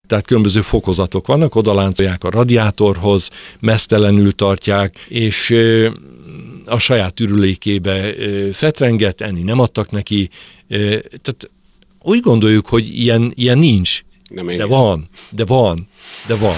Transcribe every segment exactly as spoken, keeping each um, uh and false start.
Tehát különböző fokozatok vannak, odaláncolják a radiátorhoz, meztelenül tartják, és a saját ürülékébe fetrenget, enni nem adtak neki. Tehát úgy gondoljuk, hogy ilyen, ilyen nincs. De van, de van, de van.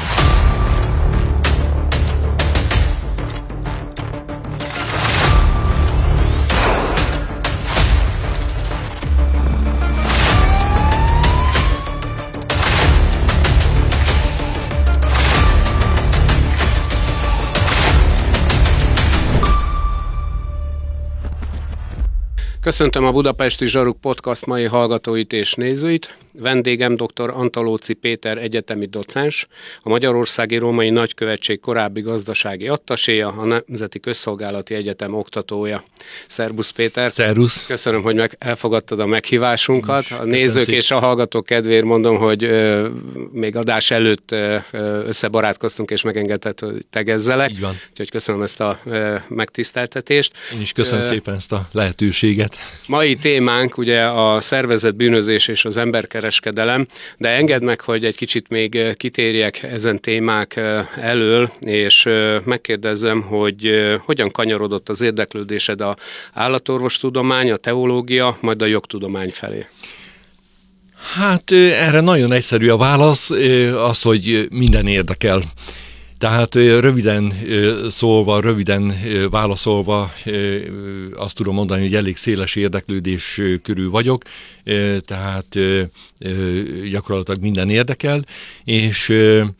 Köszöntöm a Budapesti Zsaruk Podcast mai hallgatóit és nézőit. Vendégem dr. Antalóczy Péter egyetemi docens, a Magyarországi Római Nagykövetség korábbi gazdasági attaséja, a Nemzeti Közszolgálati Egyetem oktatója. Szerbusz Péter! Szervusz! Köszönöm, hogy meg elfogadtad a meghívásunkat. A nézők szépen. És a hallgatók kedvéért mondom, hogy ö, még adás előtt ö, összebarátkoztunk és megengedett, hogy tegezzelek. Így van. Úgyhogy köszönöm ezt a ö, megtiszteltetést. Én is köszönöm ö, szépen ezt a lehetőséget. Mai témánk ugye a szervezett bűnözés és az emberkereskedelem, de engedd meg, hogy egy kicsit még kitérjek ezen témák elől, és megkérdezzem, hogy hogyan kanyarodott az érdeklődésed a állatorvostudomány, a teológia, majd a jogtudomány felé. Hát erre nagyon egyszerű a válasz, az, hogy minden érdekel. Tehát röviden szólva, röviden válaszolva azt tudom mondani, hogy elég széles érdeklődés körül vagyok, tehát gyakorlatilag minden érdekel, és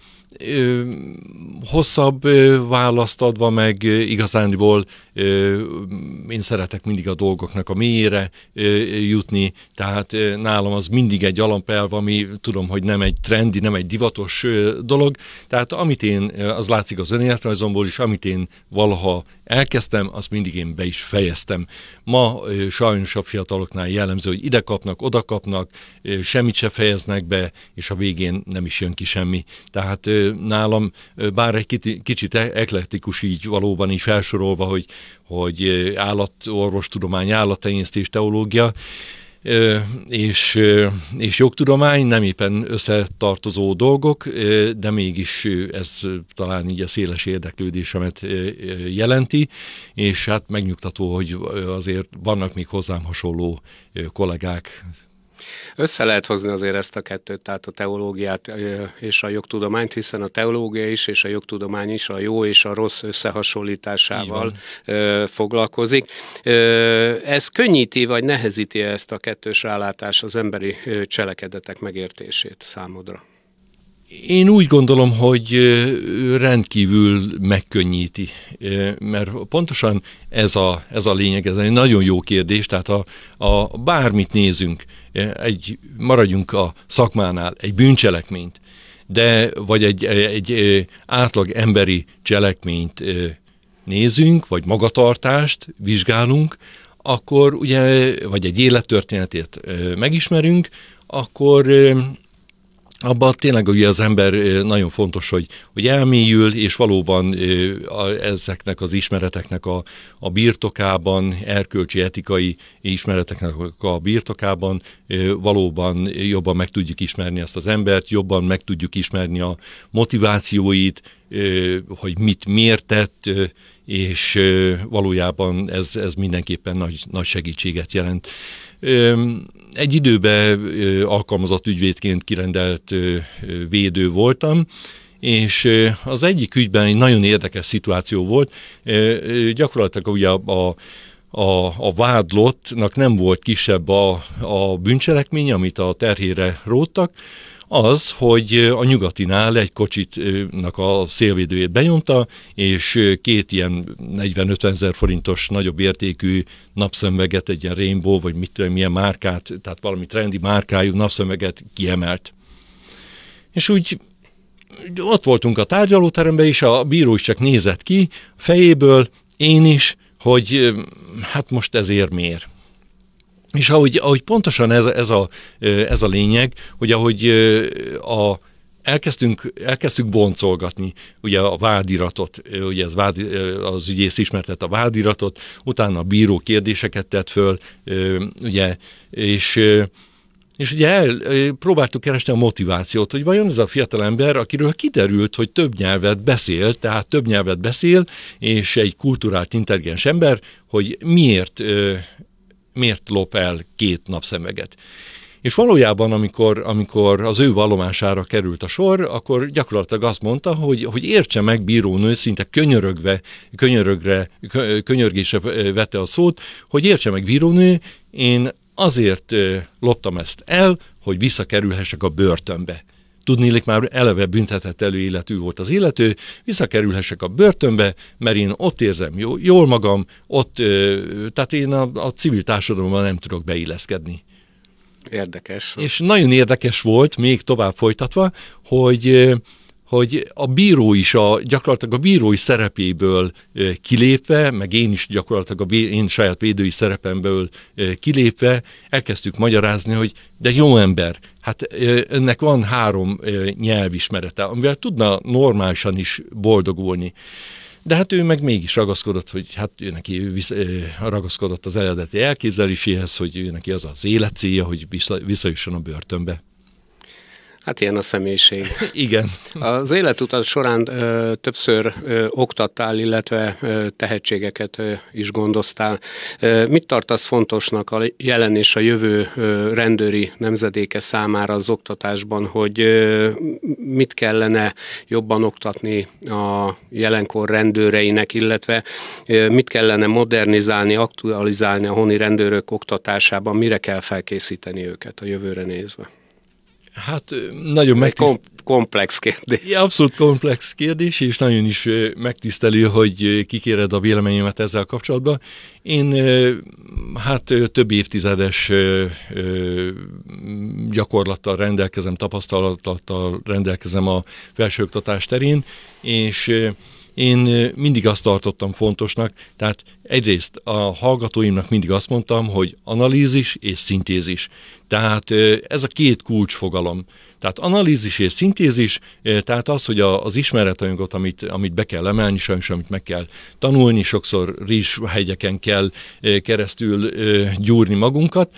hosszabb választ adva meg igazándiból én szeretek mindig a dolgoknak a mélyére jutni, tehát nálam az mindig egy alapelv, ami tudom, hogy nem egy trendi, nem egy divatos dolog, tehát amit én, az látszik az önéletrajzomból is, amit én valaha elkezdtem, azt mindig én be is fejeztem. Ma sajnos a fiataloknál jellemző, hogy ide kapnak, oda kapnak, semmit se fejeznek be, és a végén nem is jön ki semmi. Tehát nálam, bár egy kicsit eklektikus így valóban így felsorolva, hogy, hogy állatorvostudomány, állattenyésztés, teológia, és, és jogtudomány nem éppen összetartozó dolgok, de mégis ez talán így a széles érdeklődésemet jelenti, és hát megnyugtató, hogy azért vannak még hozzám hasonló kollégák. Össze lehet hozni azért ezt a kettőt, tehát a teológiát és a jogtudományt, hiszen a teológia is és a jogtudomány is a jó és a rossz összehasonlításával foglalkozik. Ez könnyíti vagy nehezíti ezt a kettős rálátás az emberi cselekedetek megértését számodra? Én úgy gondolom, hogy rendkívül megkönnyíti, mert pontosan ez a, ez a lényeg, ez egy nagyon jó kérdés, tehát a, a bármit nézünk, egy, maradjunk a szakmánál, egy bűncselekményt, de vagy egy, egy átlag emberi cselekményt nézünk, vagy magatartást vizsgálunk, akkor ugye, vagy egy élettörténetét megismerünk, akkor abban tényleg ugye az ember nagyon fontos, hogy, hogy elmélyül, és valóban ezeknek az ismereteknek a, a birtokában, erkölcsi, etikai ismereteknek a birtokában valóban jobban meg tudjuk ismerni ezt az embert, jobban meg tudjuk ismerni a motivációit, hogy mit miért tett, és valójában ez, ez mindenképpen nagy, nagy segítséget jelent. Egy időben alkalmazott ügyvédként kirendelt védő voltam, és az egyik ügyben egy nagyon érdekes szituáció volt. Gyakorlatilag ugye a, a, a, a vádlottnak nem volt kisebb a, a bűncselekmény, amit a terhére róttak, az, hogy a Nyugatinál egy kocsitnak a szélvédőjét benyomta, és két ilyen negyven-ötven ezer forintos nagyobb értékű napszemüveget, egy ilyen Rainbow, vagy mit tudom, milyen márkát, tehát valami trendi márkájú napszemüveget kiemelt. És úgy ott voltunk a tárgyalóteremben, és a bíró is csak nézett ki fejéből, én is, hogy hát most ezért miért. És ahogy, ahogy pontosan ez, ez, a, ez a lényeg, hogy ahogy a, elkezdtünk, elkezdtük boncolgatni ugye a vádiratot, ugye ez vád, az ügyész ismertette a vádiratot, utána a bíró kérdéseket tett föl, ugye, és És ugye el, próbáltuk keresni a motivációt, hogy vajon ez a fiatalember, akiről kiderült, hogy több nyelvet beszél, tehát több nyelvet beszél, és egy kulturált, intelligens ember, hogy miért, miért lop el két napszemüveget. És valójában, amikor, amikor az ő vallomására került a sor, akkor gyakorlatilag azt mondta, hogy, hogy értse meg bírónő, szinte könyörögve, könyörögre, könyörgésre vette a szót, hogy értse meg bírónő, én azért loptam ezt el, hogy visszakerülhessek a börtönbe. Tudnélik, már eleve büntetett előéletű volt az illető, visszakerülhessek a börtönbe, mert én ott érzem jól magam, ott, tehát én a, a civil társadalomban nem tudok beilleszkedni. Érdekes. És nagyon érdekes volt, még tovább folytatva, hogy, hogy a bíró is, a, gyakorlatilag a bírói szerepéből kilépve, meg én is gyakorlatilag a én saját védői szerepemből kilépve elkezdtük magyarázni, hogy de jó ember, hát önnek van három nyelvismerete, amivel tudna normálisan is boldogulni. De hát ő meg mégis ragaszkodott, hogy hát ő neki visz, ragaszkodott az eredeti elképzeléséhez, hogy ő neki az az életcélja, hogy vissza, visszajusson a börtönbe. Hát ilyen a személyiség. Igen. Az életutad során ö, többször ö, oktattál, illetve ö, tehetségeket ö, is gondoztál. Ö, mit tartasz fontosnak a jelen és a jövő ö, rendőri nemzedéke számára az oktatásban, hogy ö, mit kellene jobban oktatni a jelenkor rendőreinek, illetve ö, mit kellene modernizálni, aktualizálni a honi rendőrök oktatásában, mire kell felkészíteni őket a jövőre nézve? Hát nagyon megtiszt... Kom- komplex kérdés. Ja, abszolút komplex kérdés, és nagyon is megtisztelő, hogy kikéred a véleményemet ezzel kapcsolatban. Én hát több évtizedes gyakorlattal rendelkezem, tapasztalattal rendelkezem a felsőoktatás terén, és én mindig azt tartottam fontosnak, tehát egyrészt a hallgatóimnak mindig azt mondtam, hogy analízis és szintézis. Tehát ez a két kulcsfogalom. Tehát analízis és szintézis, tehát az, hogy az ismeretanyagot, amit, amit be kell emelni, sajnos amit meg kell tanulni, sokszor rizshegyeken kell keresztül gyúrni magunkat,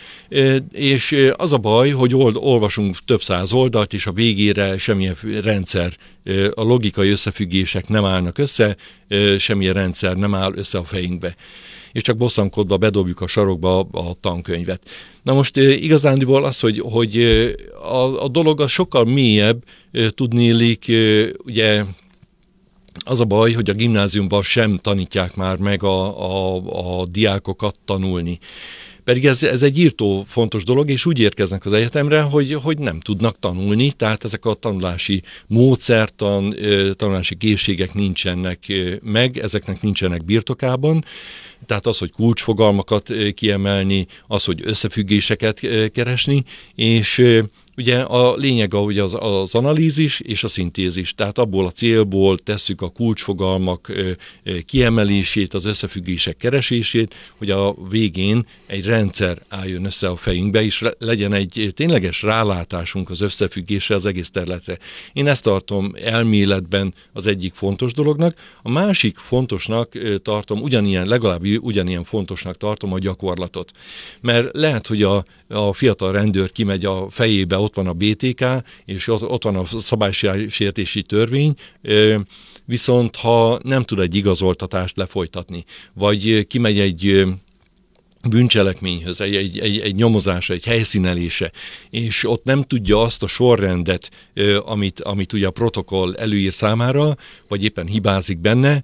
és az a baj, hogy olvasunk több száz oldalt, és a végére semmilyen rendszer, a logikai összefüggések nem állnak össze, semmilyen rendszer nem áll össze a fejünkbe. És csak bosszankodva bedobjuk a sarokba a tankönyvet. Na most igazándiból az, hogy, hogy a, a dolog az sokkal mélyebb, tudnélik, ugye az a baj, hogy a gimnáziumban sem tanítják már meg a, a, a diákokat tanulni. Pedig ez, ez egy írtó fontos dolog, és úgy érkeznek az egyetemre, hogy, hogy nem tudnak tanulni, tehát ezek a tanulási módszertan, tanulási készségek nincsenek meg, ezeknek nincsenek birtokában. Tehát az, hogy kulcsfogalmakat kiemelni, az, hogy összefüggéseket keresni, és ugye a lényeg hogy az, az analízis és a szintézis. Tehát abból a célból tesszük a kulcsfogalmak kiemelését, az összefüggések keresését, hogy a végén egy rendszer álljon össze a fejünkbe, és legyen egy tényleges rálátásunk az összefüggésre, az egész területre. Én ezt tartom elméletben az egyik fontos dolognak. A másik fontosnak tartom, ugyanilyen, legalább ugyanilyen fontosnak tartom a gyakorlatot. Mert lehet, hogy a, a fiatal rendőr kimegy a fejébe, ott van a bé té ká, és ott, ott van a szabálysértési törvény, viszont ha nem tud egy igazoltatást lefolytatni, vagy kimegy egy bűncselekményhöz, egy, egy, egy, egy nyomozásra, egy helyszínelése, és ott nem tudja azt a sorrendet, amit, amit ugye a protokoll előír számára, vagy éppen hibázik benne,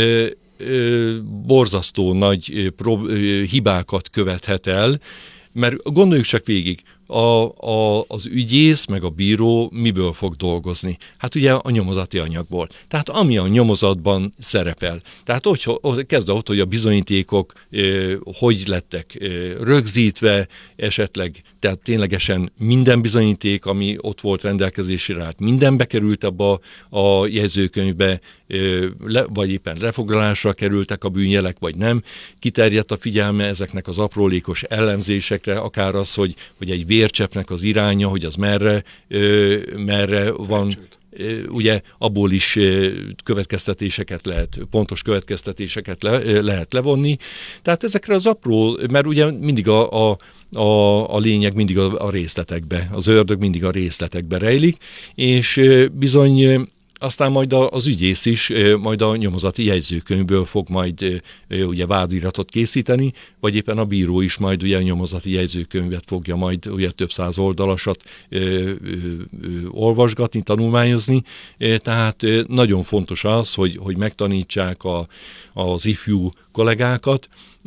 borzasztó nagy hibákat követhet el, mert gondoljuk csak végig, a, a, az ügyész meg a bíró miből fog dolgozni? Hát ugye a nyomozati anyagból. Tehát ami a nyomozatban szerepel. Tehát hogy, kezdve ott, hogy a bizonyítékok eh, hogy lettek eh, rögzítve, esetleg, tehát ténylegesen minden bizonyíték, ami ott volt rendelkezésére, hát minden bekerült abba a jegyzőkönyvbe, eh, le, vagy éppen lefoglalásra kerültek a bűnjelek, vagy nem. Kiterjedt a figyelme ezeknek az aprólékos ellenzésekre, akár az, hogy, hogy egy vércseppnek az iránya, hogy az merre, ö, merre van, ugye abból is következtetéseket lehet, pontos következtetéseket le, lehet levonni. Tehát ezekre az apró, mert ugye mindig a, a, a, a lényeg mindig a, a részletekbe, az ördög mindig a részletekbe rejlik, és bizony aztán majd az ügyész is majd a nyomozati jegyzőkönyvből fog majd ugye vádiratot készíteni, vagy éppen a bíró is majd ugye a nyomozati jegyzőkönyvet fogja majd ugye több száz oldalasat ö, ö, ö, olvasgatni, tanulmányozni. Tehát nagyon fontos az, hogy, hogy megtanítsák a, az ifjú kollégákat,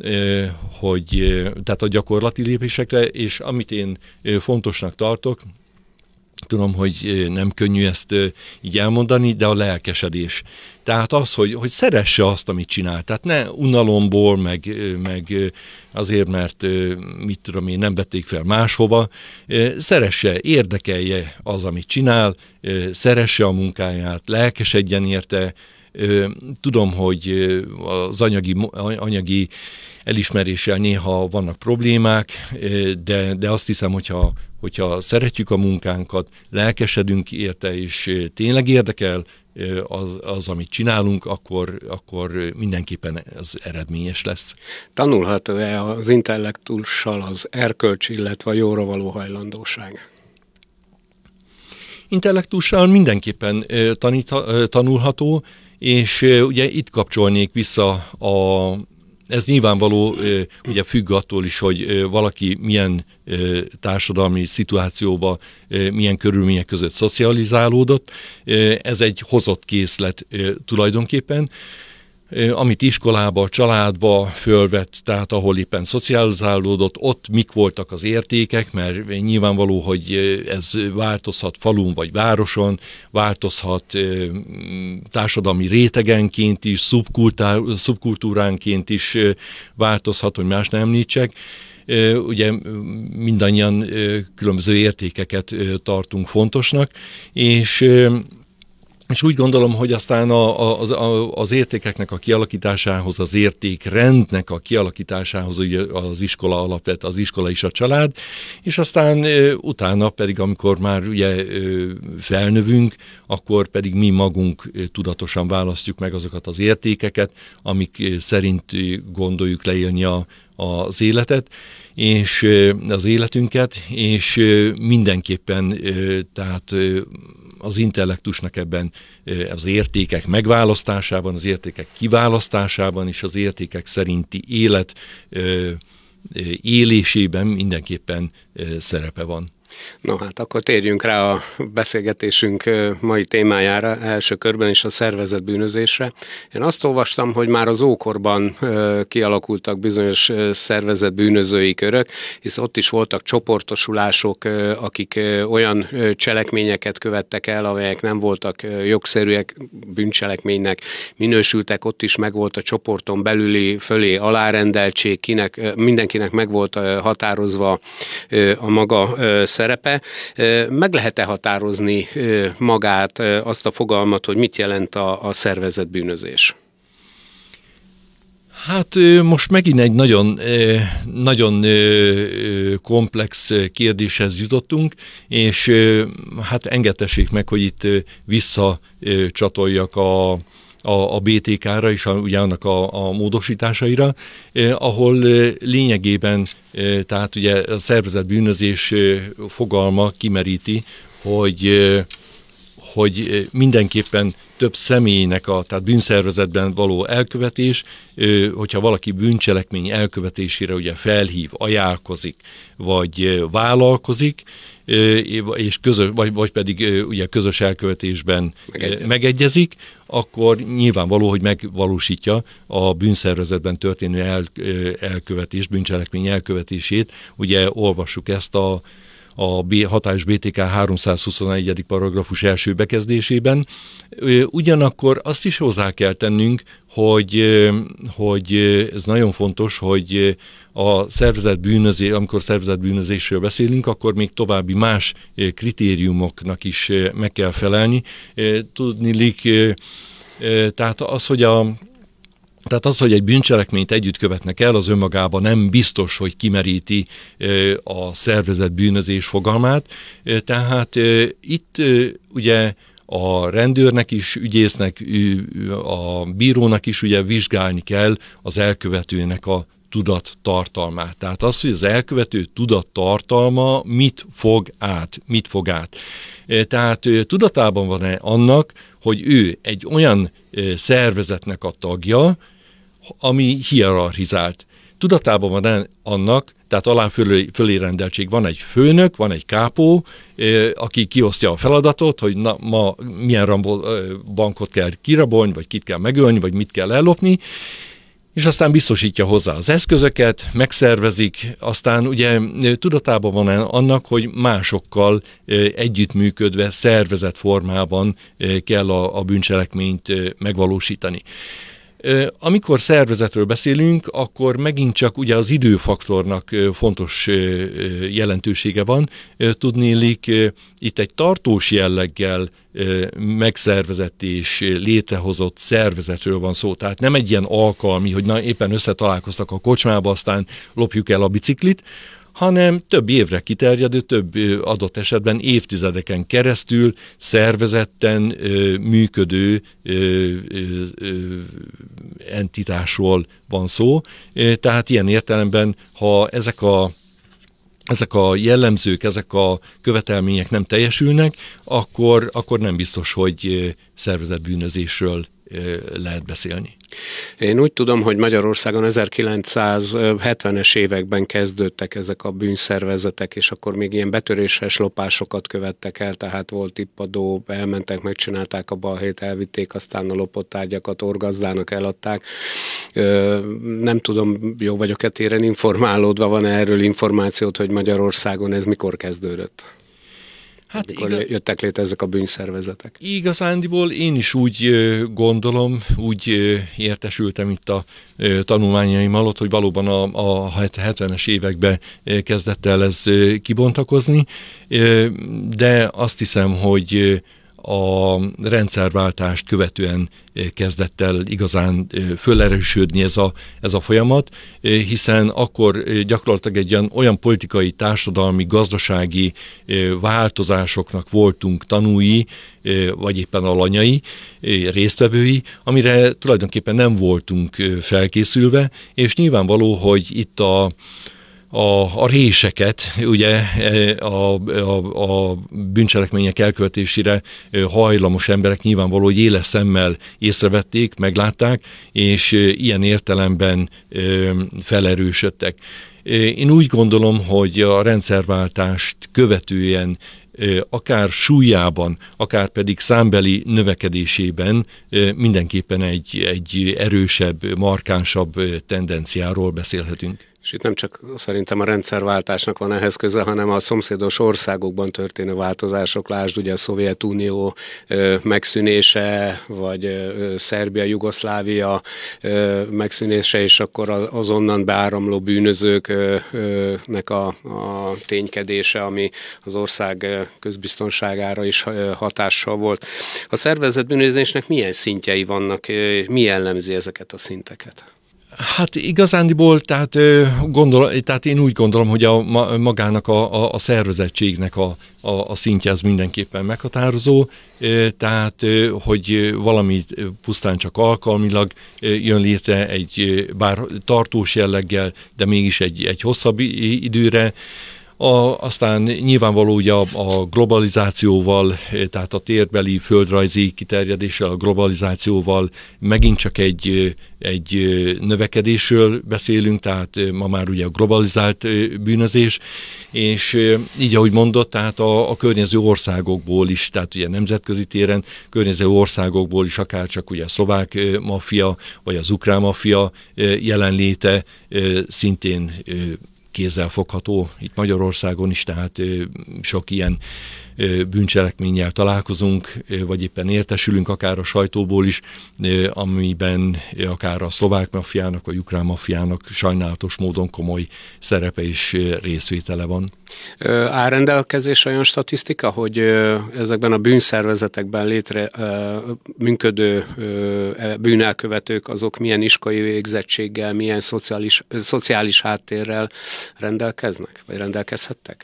hogy tehát a gyakorlati lépésekre, és amit én fontosnak tartok, tudom, hogy nem könnyű ezt így elmondani, de a lelkesedés. Tehát az, hogy, hogy szeresse azt, amit csinál. Tehát ne unalomból, meg, meg azért, mert mit tudom én, nem vették fel máshova. Szeresse, érdekelje az, amit csinál, szeresse a munkáját, lelkesedjen érte. Tudom, hogy az anyagi, anyagi elismeréssel néha vannak problémák, de, de azt hiszem, hogyha, hogyha szeretjük a munkánkat, lelkesedünk érte, és tényleg érdekel az, az amit csinálunk, akkor, akkor mindenképpen az eredményes lesz. Tanulható-e az intellektussal az erkölcs, illetve a jóra való hajlandóság? Intellektussal mindenképpen tanít, tanulható, és ugye itt kapcsolnék vissza a ez nyilvánvaló, ugye függ attól is, hogy valaki milyen társadalmi szituációba, milyen körülmények között szocializálódott. Ez egy hozott készlet tulajdonképpen, amit iskolába, családba fölvett, tehát ahol éppen szocializálódott, ott mik voltak az értékek, mert nyilvánvaló, hogy ez változhat falun vagy városon, változhat társadalmi rétegenként is, szubkultúránként is változhat, hogy más nem említsek. Ugye mindannyian különböző értékeket tartunk fontosnak, és És úgy gondolom, hogy aztán a, a, az értékeknek a kialakításához, az értékrendnek a kialakításához ugye az iskola alapvet, az iskola is a család, és aztán utána pedig, amikor már ugye felnövünk, akkor pedig mi magunk tudatosan választjuk meg azokat az értékeket, amik szerint gondoljuk leélni a, az életet, és az életünket, és mindenképpen tehát az intellektusnak ebben az értékek megválasztásában, az értékek kiválasztásában és az értékek szerinti élet élésében mindenképpen szerepe van. No hát akkor térjünk rá a beszélgetésünk mai témájára, első körben is a szervezett bűnözésre. Én azt olvastam, hogy már az ókorban kialakultak bizonyos szervezett bűnözői körök, hisz ott is voltak csoportosulások, akik olyan cselekményeket követtek el, amelyek nem voltak jogszerűek, bűncselekménynek minősültek, ott is megvolt a csoporton belüli fölé alárendeltség, kinek, mindenkinek meg volt határozva a maga szerepe. Meg lehet-e határozni magát, azt a fogalmat, hogy mit jelent a, a szervezett bűnözés? Hát most megint egy nagyon, nagyon komplex kérdéshez jutottunk, és hát engedtessék meg, hogy itt visszacsatoljak a a, a bé té ká-ra és a, ugye annak a, a módosításaira, eh, ahol eh, lényegében, eh, tehát ugye a szervezett bűnözés eh, fogalma kimeríti, hogy, eh, hogy mindenképpen több személynek a, tehát bűnszervezetben való elkövetés, eh, hogyha valaki bűncselekmény elkövetésére ugye felhív, ajánlkozik, vagy eh, vállalkozik, és közös, vagy, vagy pedig ugye közös elkövetésben megegyezik. megegyezik, akkor nyilvánvaló, hogy megvalósítja a bűnszervezetben történő el, elkövetés, bűncselekmény elkövetését. Ugye olvassuk ezt a, a hatályos bé té ká háromszázhuszonegyedik paragrafus első bekezdésében. Ugyanakkor azt is hozzá kell tennünk, hogy, hogy ez nagyon fontos, hogy a szervezett bűnözés, amikor szervezett bűnözésről beszélünk, akkor még további más kritériumoknak is meg kell felelni. Tudniillik, tehát az, hogy a Tehát az, hogy egy bűncselekményt együtt követnek el, az önmagában nem biztos, hogy kimeríti a szervezett bűnözés fogalmát. Tehát itt ugye a rendőrnek is, ügyésznek, a bírónak is ugye vizsgálni kell az elkövetőnek a tudattartalmát. Tehát az, hogy az elkövető tudattartalma mit fog át, mit fog át. Tehát tudatában van-e annak, hogy ő egy olyan szervezetnek a tagja, ami hierarchizált. Tudatában van annak, tehát alá fölé, fölé rendeltség. Van egy főnök, van egy kápó, aki kiosztja a feladatot, hogy na, ma milyen rambol, bankot kell kirabolni, vagy kit kell megölni, vagy mit kell ellopni, és aztán biztosítja hozzá az eszközöket, megszervezik, aztán ugye tudatában van annak, hogy másokkal együttműködve, szervezett formában kell a, a bűncselekményt megvalósítani. Amikor szervezetről beszélünk, akkor megint csak ugye az időfaktornak fontos jelentősége van. Tudnélik, itt egy tartós jelleggel megszervezett és létrehozott szervezetről van szó. Tehát nem egy ilyen alkalmi, hogy na éppen összetalálkoztak a kocsmába, aztán lopjuk el a biciklit, hanem több évre kiterjedő, több adott esetben évtizedeken keresztül szervezetten működő entitásról van szó. Tehát ilyen értelemben, ha ezek a ezek a jellemzők, ezek a követelmények nem teljesülnek, akkor, akkor nem biztos, hogy szervezett bűnözésről lehet beszélni. Én úgy tudom, hogy Magyarországon ezerkilencszázhetvenes években kezdődtek ezek a bűnszervezetek, és akkor még ilyen betöréses lopásokat követtek el, tehát volt tippadó, elmentek, megcsinálták a balhét, elvitték, aztán a lopott tárgyakat orgazdának eladták. Nem tudom, jó vagyok-e téren informálódva, van erről információt, hogy Magyarországon ez mikor kezdődött? Hát mikor igaz... jöttek létre ezek a bűnszervezetek? Igazándiból én is úgy gondolom, úgy értesültem itt a tanulmányaim alatt, hogy valóban a, a hetvenes években kezdett el ez kibontakozni, de azt hiszem, hogy a rendszerváltást követően kezdett el igazán fölerősödni ez a, ez a folyamat, hiszen akkor gyakorlatilag egy olyan, olyan politikai, társadalmi, gazdasági változásoknak voltunk tanúi, vagy éppen alanyai, résztvevői, amire tulajdonképpen nem voltunk felkészülve, és nyilvánvaló, hogy itt a A, a réseket, ugye a, a, a bűncselekmények elkövetésére hajlamos emberek nyilvánvaló, hogy éles szemmel észrevették, meglátták, és ilyen értelemben felerősödtek. Én úgy gondolom, hogy a rendszerváltást követően akár súlyában, akár pedig számbeli növekedésében mindenképpen egy, egy erősebb, markánsabb tendenciáról beszélhetünk. És itt nem csak szerintem a rendszerváltásnak van ehhez köze, hanem a szomszédos országokban történő változások, lásd ugye a Szovjetunió megszűnése, vagy Szerbia, Jugoszlávia megszűnése, és akkor az onnan beáramló bűnözőknek a, a ténykedése, ami az ország közbiztonságára is hatással volt. A szervezett bűnözésnek milyen szintjei vannak, mi jellemzi ezeket a szinteket? Hát igazándiból, tehát, gondol, tehát én úgy gondolom, hogy a, magának a, a, a szervezettségnek a, a, a szintje az mindenképpen meghatározó, tehát hogy valami pusztán csak alkalmilag jön létre egy bár tartós jelleggel, de mégis egy, egy hosszabb időre. A, aztán nyilvánvaló ugye a, a globalizációval, tehát a térbeli földrajzi kiterjedéssel, a globalizációval megint csak egy, egy növekedésről beszélünk, tehát ma már ugye a globalizált bűnözés, és így ahogy mondott, tehát a, a környező országokból is, tehát ugye nemzetközi téren, környező országokból is, akár csak ugye a szlovák maffia, vagy az ukrán maffia jelenléte szintén kézzelfogható itt Magyarországon is, tehát sok ilyen bűncselekménnyel találkozunk, vagy éppen értesülünk, akár a sajtóból is, amiben akár a szlovák maffiának, vagy ukrán maffiának sajnálatos módon komoly szerepe és részvétele van. Áll rendelkezésre olyan statisztika, hogy ezekben a bűnszervezetekben létre működő bűnelkövetők, azok milyen iskolai végzettséggel, milyen szociális, szociális háttérrel rendelkeznek, vagy rendelkezhettek?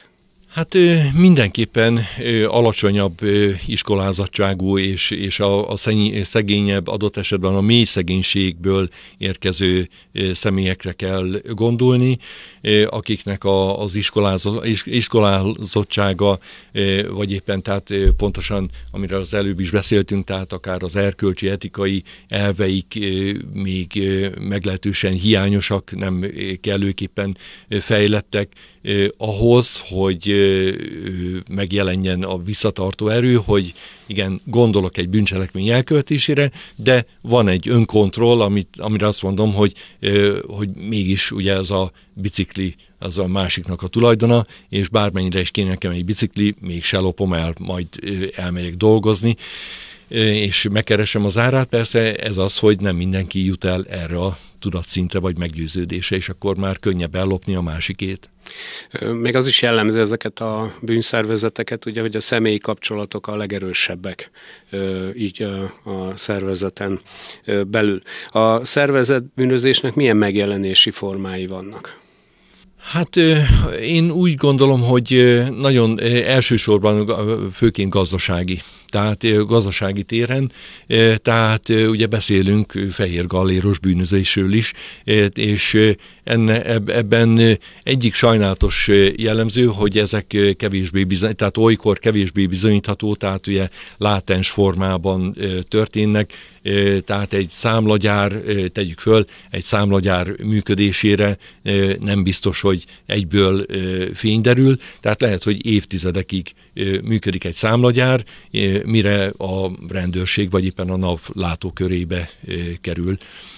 Hát mindenképpen alacsonyabb iskolázatságú és, és a, a szegényebb, adott esetben a mély szegénységből érkező személyekre kell gondolni, akiknek a, az iskolázottsága, vagy éppen tehát pontosan, amiről az előbb is beszéltünk, tehát akár az erkölcsi, etikai elveik még meglehetősen hiányosak, nem kellőképpen fejlettek, Eh, ahhoz, hogy eh, megjelenjen a visszatartó erő, hogy igen, gondolok egy bűncselekmény elkövetésére, de van egy önkontroll, amit, amire azt mondom, hogy, eh, hogy mégis ugye ez a bicikli az a másiknak a tulajdona, és bármennyire is kéne nekem egy bicikli, mégse lopom el, majd eh, elmegyek dolgozni, és megkeresem az árát. Persze ez az, hogy nem mindenki jut el erre a tudatszintre vagy meggyőződésre, és akkor már könnyebb ellopni a másikét. Még az is jellemző ezeket a bűnszervezeteket, ugye, hogy a személyi kapcsolatok a legerősebbek így a szervezeten belül. A szervezett bűnözésnek milyen megjelenési formái vannak? Hát én úgy gondolom, hogy nagyon elsősorban főként gazdasági. Tehát gazdasági téren, tehát ugye beszélünk fehér galléros bűnözésről is, és enne, ebben egyik sajnálatos jellemző, hogy ezek kevésbé bizony, tehát olykor kevésbé bizonyítható, tehát ugye látens formában történnek, tehát egy számlagyár, tegyük föl, egy számlagyár működésére nem biztos, hogy egyből fény derül, tehát lehet, hogy évtizedekig működik egy számlagyár, mire a rendőrség vagy éppen a NAV látókörébe kerül.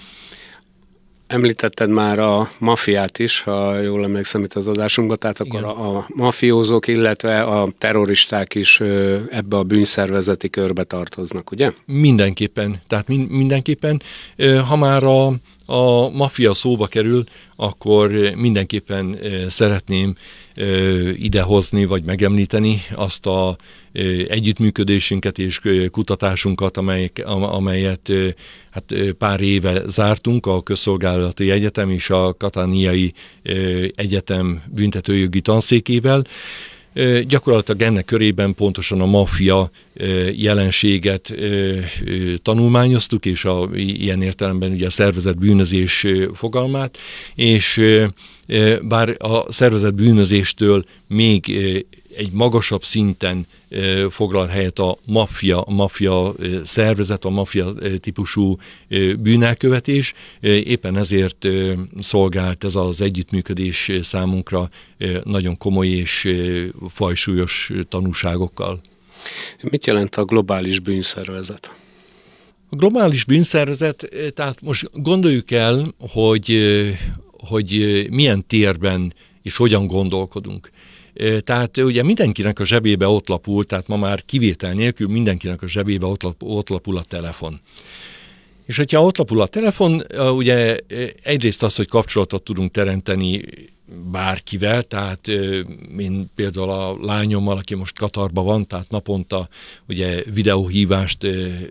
Említetted már a mafiát is, ha jól emlékszem itt az adásunkban, tehát akkor a, a mafiózók, illetve a terroristák is ebbe a bűnszervezeti körbe tartoznak, ugye? Mindenképpen, tehát min- mindenképpen, ha már a, a mafia szóba kerül, akkor mindenképpen szeretném idehozni, vagy megemlíteni azt a együttműködésünket és kutatásunkat, amelyek, amelyet hát pár éve zártunk, a Közszolgálati Egyetem és a Katániai Egyetem büntetőjogi tanszékével. Gyakorlatilag ennek körében pontosan a maffia jelenséget tanulmányoztuk, és a, ilyen értelemben ugye a szervezett bűnözés fogalmát, és bár a szervezett bűnözéstől még egy magasabb szinten foglal helyet a maffia, a maffia szervezet, a maffia típusú bűnelkövetés. Éppen ezért szolgált ez az együttműködés számunkra nagyon komoly és fajsúlyos tanúságokkal. Mit jelent a globális bűnszervezet? A globális bűnszervezet, tehát most gondoljuk el, hogy, hogy milyen térben és hogyan gondolkodunk. Tehát ugye mindenkinek a zsebébe ott lapul, tehát ma már kivétel nélkül mindenkinek a zsebébe ott, lap, ott lapul a telefon. És hogyha ott lapul a telefon, ugye egyrészt az, hogy kapcsolatot tudunk teremteni bárkivel, tehát én például a lányommal, aki most Katarban van, tehát naponta ugye videóhívást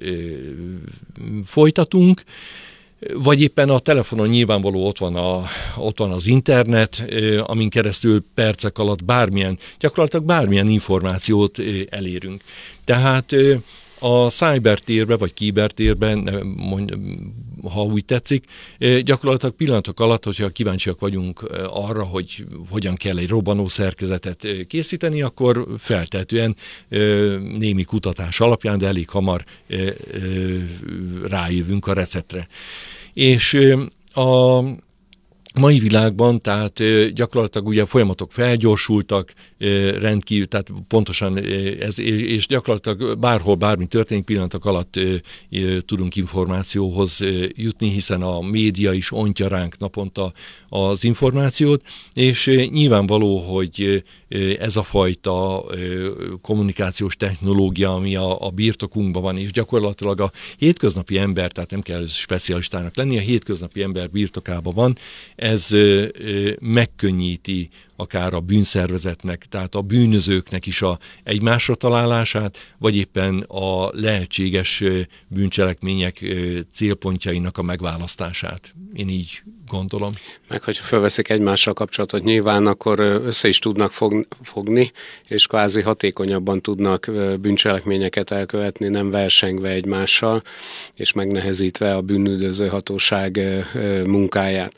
folytatunk, vagy éppen a telefonon nyilvánvaló ott van, a, ott van az internet, amin keresztül percek alatt bármilyen, gyakorlatilag bármilyen információt elérünk. Tehát a cybertérben vagy kibertérben, ha úgy tetszik, gyakorlatilag pillanatok alatt, hogyha kíváncsiak vagyunk arra, hogy hogyan kell egy robbanó szerkezetet készíteni, akkor feltehetően némi kutatás alapján, de elég hamar rájövünk a receptre. És a mai világban, tehát gyakorlatilag ugye a folyamatok felgyorsultak, rendkívül, tehát pontosan ez, és gyakorlatilag bárhol bármi történik, pillanatok alatt tudunk információhoz jutni, hiszen a média is ontja ránk naponta az információt, és nyilvánvaló, hogy ez a fajta kommunikációs technológia, ami a, a birtokunkban van, és gyakorlatilag a hétköznapi ember, tehát nem kell specialistának lenni, a hétköznapi ember birtokában van, ez megkönnyíti akár a bűnszervezetnek, tehát a bűnözőknek is a egymásra találását, vagy éppen a lehetséges bűncselekmények célpontjainak a megválasztását. Én így gondolom. Meg hogyha felveszik egymással kapcsolatot nyilván, akkor össze is tudnak fog, fogni, és kvázi hatékonyabban tudnak bűncselekményeket elkövetni, nem versengve egymással, és megnehezítve a bűnüldöző hatóság munkáját.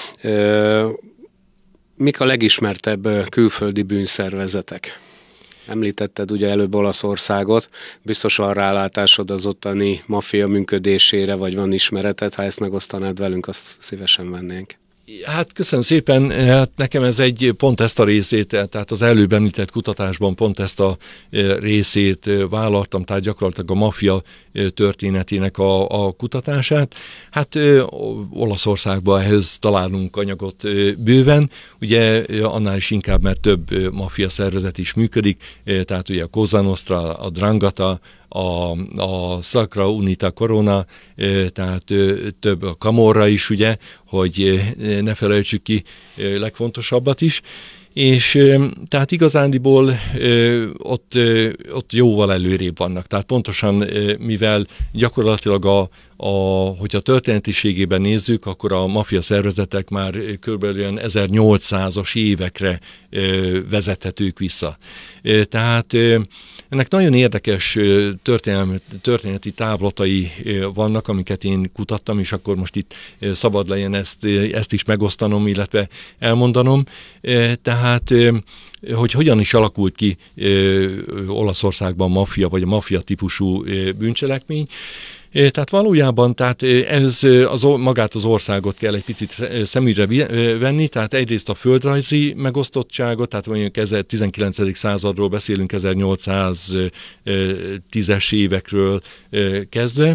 Mik a legismertebb külföldi bűnszervezetek? Említetted ugye előbb Olaszországot, biztos van rálátásod az ottani maffia működésére, vagy van ismereted, ha ezt megosztanád velünk, azt szívesen vennénk. Hát köszönöm szépen, hát nekem ez egy pont ezt a részét, tehát az előbb említett kutatásban pont ezt a részét vállaltam, tehát gyakorlatilag a maffia történetének a, a kutatását. Hát Olaszországban ehhez találunk anyagot bőven, ugye annál is inkább, mert több maffia szervezet is működik, tehát ugye a Cosa Nostra, a Drangheta, a, a Sacra Unita Corona, tehát több a Camorra is, ugye, hogy ne felejtsük ki legfontosabbat is, és tehát igazándiból ott, ott jóval előrébb vannak. Tehát pontosan, mivel gyakorlatilag a, a, hogyha történetiségében nézzük, akkor a maffia szervezetek már kb. ezernyolcszázas évekre vezethetők vissza. Tehát ennek nagyon érdekes történeti távlatai vannak, amiket én kutattam, és akkor most itt szabad legyen ezt, ezt is megosztanom, illetve elmondanom. Tehát, hogy hogyan is alakult ki Olaszországban maffia, vagy a maffia típusú bűncselekmény. Tehát valójában tehát ehhez az, magát az országot kell egy picit szemügyre venni, tehát egyrészt a földrajzi megosztottságot, tehát mondjuk tizenkilencedik századról beszélünk, ezernyolcszáztízes évekről kezdve,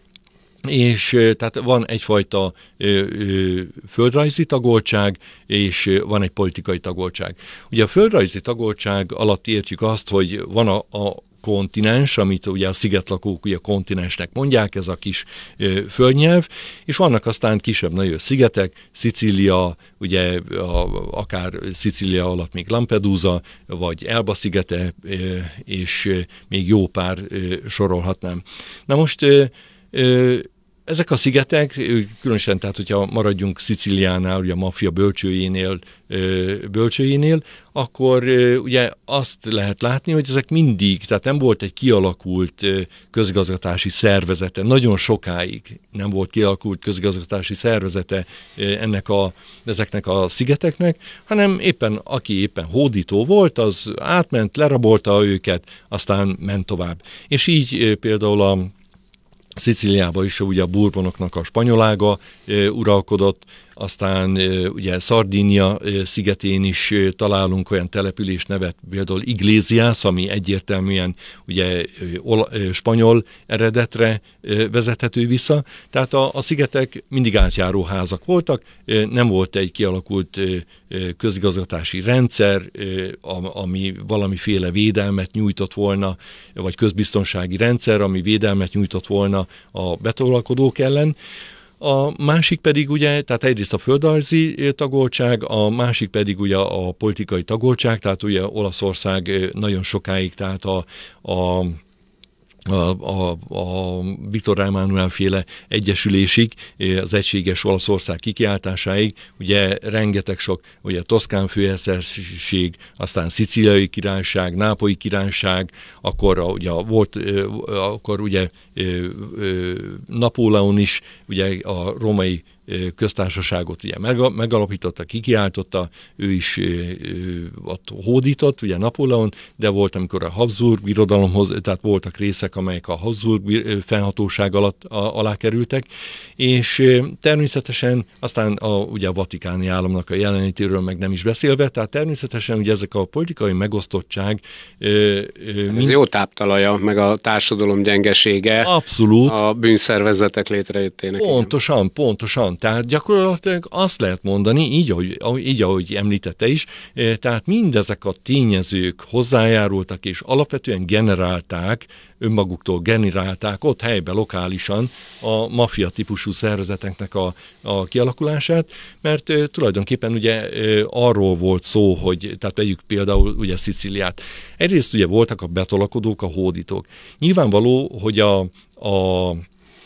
és tehát van egyfajta ö, ö, földrajzi tagoltság, és van egy politikai tagoltság. Ugye a földrajzi tagoltság alatt értjük azt, hogy van a, a kontinens, amit ugye a szigetlakók ugye kontinensnek mondják, ez a kis ö, földnyelv, és vannak aztán kisebb-nagyobb szigetek, Szicília, ugye a, akár Szicília alatt még Lampedusa, vagy Elba szigete, ö, és ö, még jó pár ö, sorolhatnám. Na most ö, ö, ezek a szigetek, különösen tehát, hogyha maradjunk Szicíliánál, ugye a maffia bölcsőjénél, bölcsőjénél, akkor ugye azt lehet látni, hogy ezek mindig, tehát nem volt egy kialakult közigazgatási szervezete, nagyon sokáig nem volt kialakult közigazgatási szervezete ennek a, ezeknek a szigeteknek, hanem éppen aki éppen hódító volt, az átment, lerabolta őket, aztán ment tovább. És így például a Szicíliában is ugye a Bourbonoknak a spanyolága e, uralkodott, aztán e, ugye Szardínia e, szigetén is e, találunk olyan település nevet, például Iglesias, ami egyértelműen ugye e, ola, e, spanyol eredetre e, vezethető vissza. Tehát a, a szigetek mindig átjáró házak voltak, e, nem volt egy kialakult e, közigazgatási rendszer, e, ami valamiféle védelmet nyújtott volna, vagy közbiztonsági rendszer, ami védelmet nyújtott volna a betolakodók ellen. A másik pedig ugye, tehát egyrészt a földrajzi tagoltság, a másik pedig ugye a politikai tagoltság, tehát ugye Olaszország nagyon sokáig, tehát a, a A, a, a Viktor Emmanuel féle egyesülésig, az egységes Olaszország kikiáltásáig, ugye rengeteg sok, ugye Toszkán főhercegség, aztán Szicíliai királyság, Nápolyi királyság, akkor ugye volt, akkor ugye Napóleon is, ugye a római köztársaságot ugye megalapította, kikiáltotta, ő is ott hódított, ugye Napóleon, de volt, amikor a Habsburg birodalomhoz, tehát voltak részek, amelyek a Habsburg fennhatóság alatt a, alá kerültek, és természetesen aztán a, ugye a vatikáni államnak a jelenlétéről meg nem is beszélve, tehát természetesen ugye ezek a politikai megosztottság. Ez mind... jó táptalaja, meg a társadalom gyengesége. Abszolút. A bűnszervezetek létrejöttének. Pontosan, igen. pontosan. Tehát gyakorlatilag azt lehet mondani, így ahogy, így, ahogy említette is, tehát mindezek a tényezők hozzájárultak, és alapvetően generálták, önmaguktól generálták ott helyben, lokálisan a maffia típusú szervezeteknek a, a kialakulását, mert e, tulajdonképpen ugye e, arról volt szó, hogy, tehát vegyük például ugye Szicíliát. Egyrészt ugye voltak a betolakodók, a hódítók. Nyilvánvaló, hogy a, a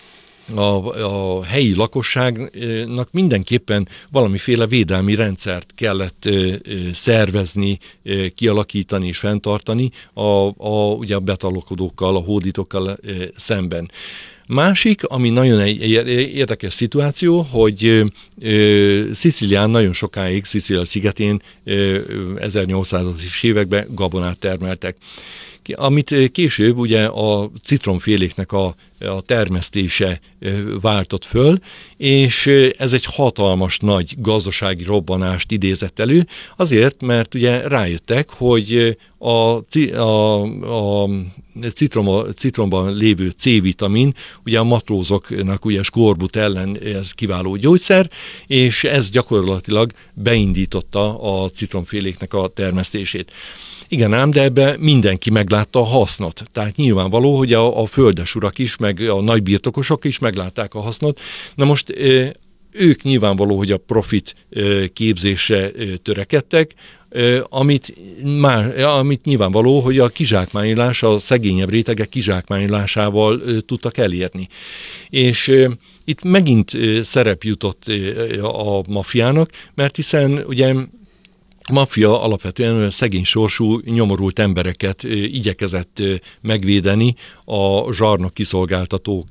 A, a helyi lakosságnak mindenképpen valamiféle védelmi rendszert kellett ö, ö, szervezni, ö, kialakítani és fenntartani a, a, ugye a betalkodókkal, a hódítókkal ö, szemben. Másik, ami nagyon egy érdekes szituáció, hogy Szicílián nagyon sokáig, Szicília szigetén ezernyolcszázas években gabonát termeltek, amit később ugye a citromféléknek a, a termesztése váltott föl, és ez egy hatalmas nagy gazdasági robbanást idézett elő, azért, mert ugye rájöttek, hogy a, a, a citrom, citromban lévő C-vitamin, ugye a matrózoknak ugye skorbut ellen ez kiváló gyógyszer, és ez gyakorlatilag beindította a citromféléknek a termesztését. Igen ám, de ebbe mindenki meglátta a hasznot. Tehát nyilvánvaló, hogy a, a földesurak is, meg a nagybirtokosok is meglátták a hasznot. Na most ők nyilvánvaló, hogy a profit képzésre törekedtek, amit, már, amit nyilvánvaló, hogy a kizsákmányolás, a szegényebb rétegek kizsákmányolásával tudtak elérni. És itt megint szerep jutott a maffiának, mert hiszen ugye a maffia alapvetően szegény sorsú, nyomorult embereket igyekezett megvédeni a zsarnok kiszolgáltatók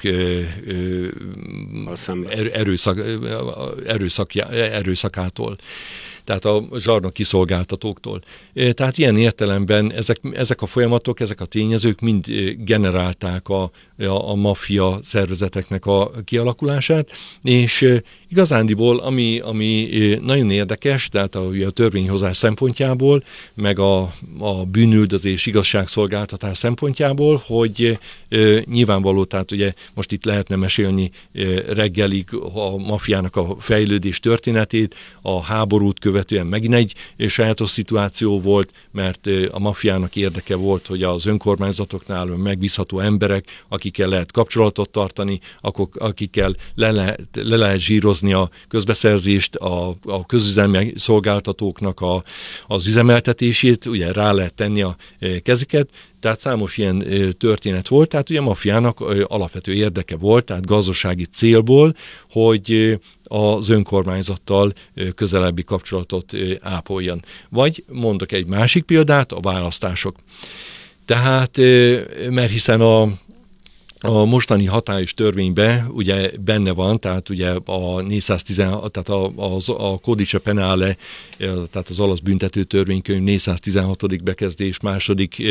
erőszak, erőszak, erőszakától. Tehát a zsarnok kiszolgáltatóktól. Tehát ilyen értelemben ezek, ezek a folyamatok, ezek a tényezők mind generálták a, a, a maffia szervezeteknek a kialakulását, és igazándiból, ami, ami nagyon érdekes, tehát a, a törvényhozás szempontjából, meg a, a bűnüldözés, igazságszolgáltatás szempontjából, hogy e, nyilvánvaló, tehát ugye most itt lehetne mesélni e, reggelig a maffiának a fejlődés történetét, a háborút követően megint egy sajátos szituáció volt, mert a maffiának érdeke volt, hogy az önkormányzatoknál megbízható emberek, akikkel lehet kapcsolatot tartani, akikkel le lehet, le lehet zsírozni a közbeszerzést, a, a közüzemi szolgáltatóknak a, az üzemeltetését, ugye rá lehet tenni a kezüket, tehát számos ilyen történet volt, tehát ugye a maffiának alapvető érdeke volt, tehát gazdasági célból, hogy az önkormányzattal közelebbi kapcsolatot ápoljon. Vagy mondok egy másik példát, a választások. Tehát, mert hiszen a A mostani hatályos törvényben ugye benne van, tehát ugye a négyszáztizenhat, tehát a, a, a Codice Penale, tehát az olasz büntető törvénykönyv négyszáztizenhatodik bekezdés második,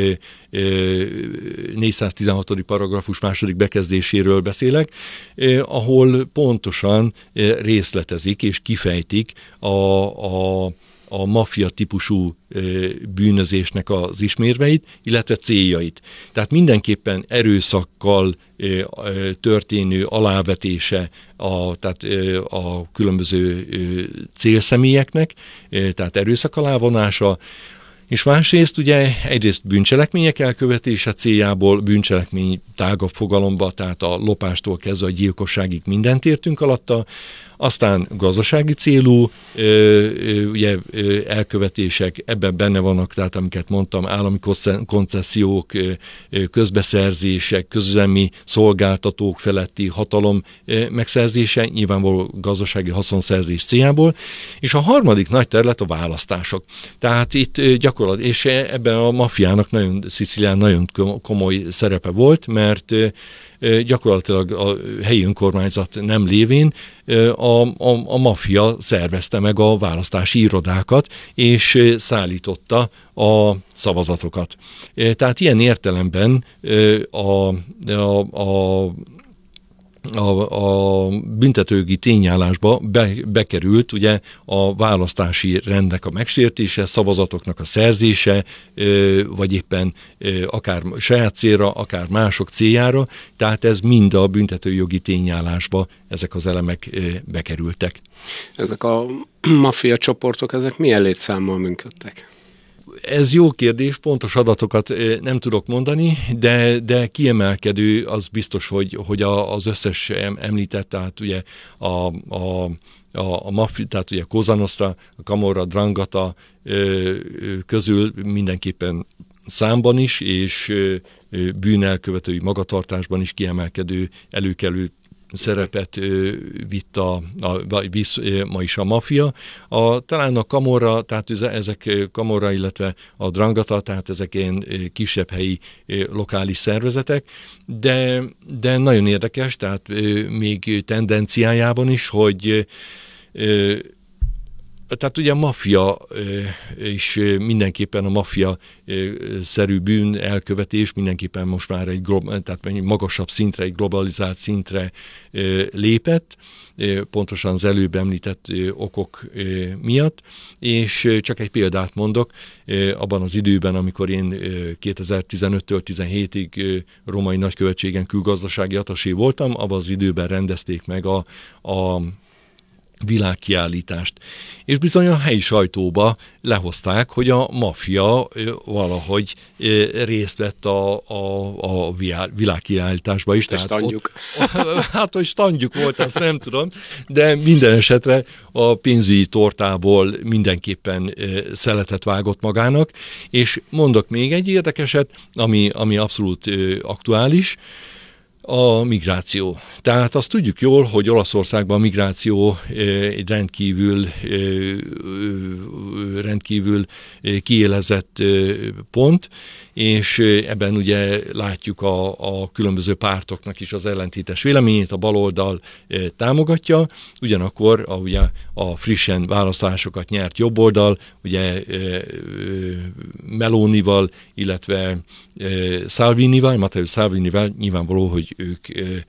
négyszáztizenhatodik paragrafus második bekezdéséről beszélek, ahol pontosan részletezik és kifejtik a, a a maffia típusú bűnözésnek az ismérveit, illetve céljait. Tehát mindenképpen erőszakkal történő alávetése a, tehát a különböző célszemélyeknek, tehát erőszak alávonása, és másrészt ugye egyrészt bűncselekmények elkövetése céljából, bűncselekmény tágabb fogalomba, tehát a lopástól kezdve a gyilkosságig mindent értünk alatta, aztán gazdasági célú ö, ö, ugye, ö, elkövetések, ebben benne vannak, tehát amiket mondtam, állami koncesziók, ö, ö, közbeszerzések, közüzemi szolgáltatók feletti hatalom ö, megszerzése, nyilvánvaló gazdasági haszonszerzés céljából, és a harmadik nagy terület a választások. Tehát itt ö, gyakorlatilag, és ebben a maffiának nagyon, Szicílián nagyon komoly szerepe volt, mert ö, gyakorlatilag a helyi önkormányzat nem lévén a, a, a maffia szervezte meg a választási irodákat, és szállította a szavazatokat. Tehát ilyen értelemben a, a, a A, a büntetőjogi tényállásba be, bekerült ugye a választási rendnek a megsértése, szavazatoknak a szerzése, vagy éppen akár saját célra, akár mások céljára, tehát ez mind a büntetőjogi tényállásba ezek az elemek bekerültek. Ezek a maffia csoportok, ezek milyen létszámmal működtek? Ez jó kérdés, pontos adatokat nem tudok mondani, de, de kiemelkedő az biztos, hogy, hogy az összes említett, tehát ugye a, a, a, a maffi, tehát ugye Cosa Nostra, a Camorra, Drangheta közül mindenképpen számban is, és bűnelkövetői magatartásban is kiemelkedő, előkelő szerepet ö, vitt a, a, visz ö, ma is a maffia. A, talán a Camorra, tehát ezek Camorra, illetve a Drangheta, tehát ezek ilyen kisebb helyi ö, lokális szervezetek, de, de nagyon érdekes, tehát ö, még tendenciájában is, hogy ö, tehát ugye a maffia és mindenképpen a maffia-szerű bűn elkövetés mindenképpen most már egy, tehát egy magasabb szintre, egy globalizált szintre lépett, pontosan az előbb említett okok miatt, és csak egy példát mondok, abban az időben, amikor én kétezer-tizenöttől tizenhétig római nagykövetségen külgazdasági attasé voltam, abban az időben rendezték meg a, a világkiállítást. És bizony a helyi sajtóba lehozták, hogy a maffia valahogy részt vett a, a, a világkiállításba is. Tehát standjuk. Ott, hát, hogy standjuk volt, azt nem tudom, de minden esetre a pénzügyi tortából mindenképpen szeletet vágott magának, és mondok még egy érdekeset, ami, ami abszolút aktuális, a migráció. Tehát azt tudjuk jól, hogy Olaszországban a migráció egy rendkívül, rendkívül kiélezett pont, és ebben ugye látjuk a, a különböző pártoknak is az ellentétes véleményét, a baloldal támogatja, ugyanakkor a, ugye, a frissen választásokat nyert jobboldal, ugye Melonival, illetve Salvinival, Matteo Salvinival nyilvánvaló, hogy ők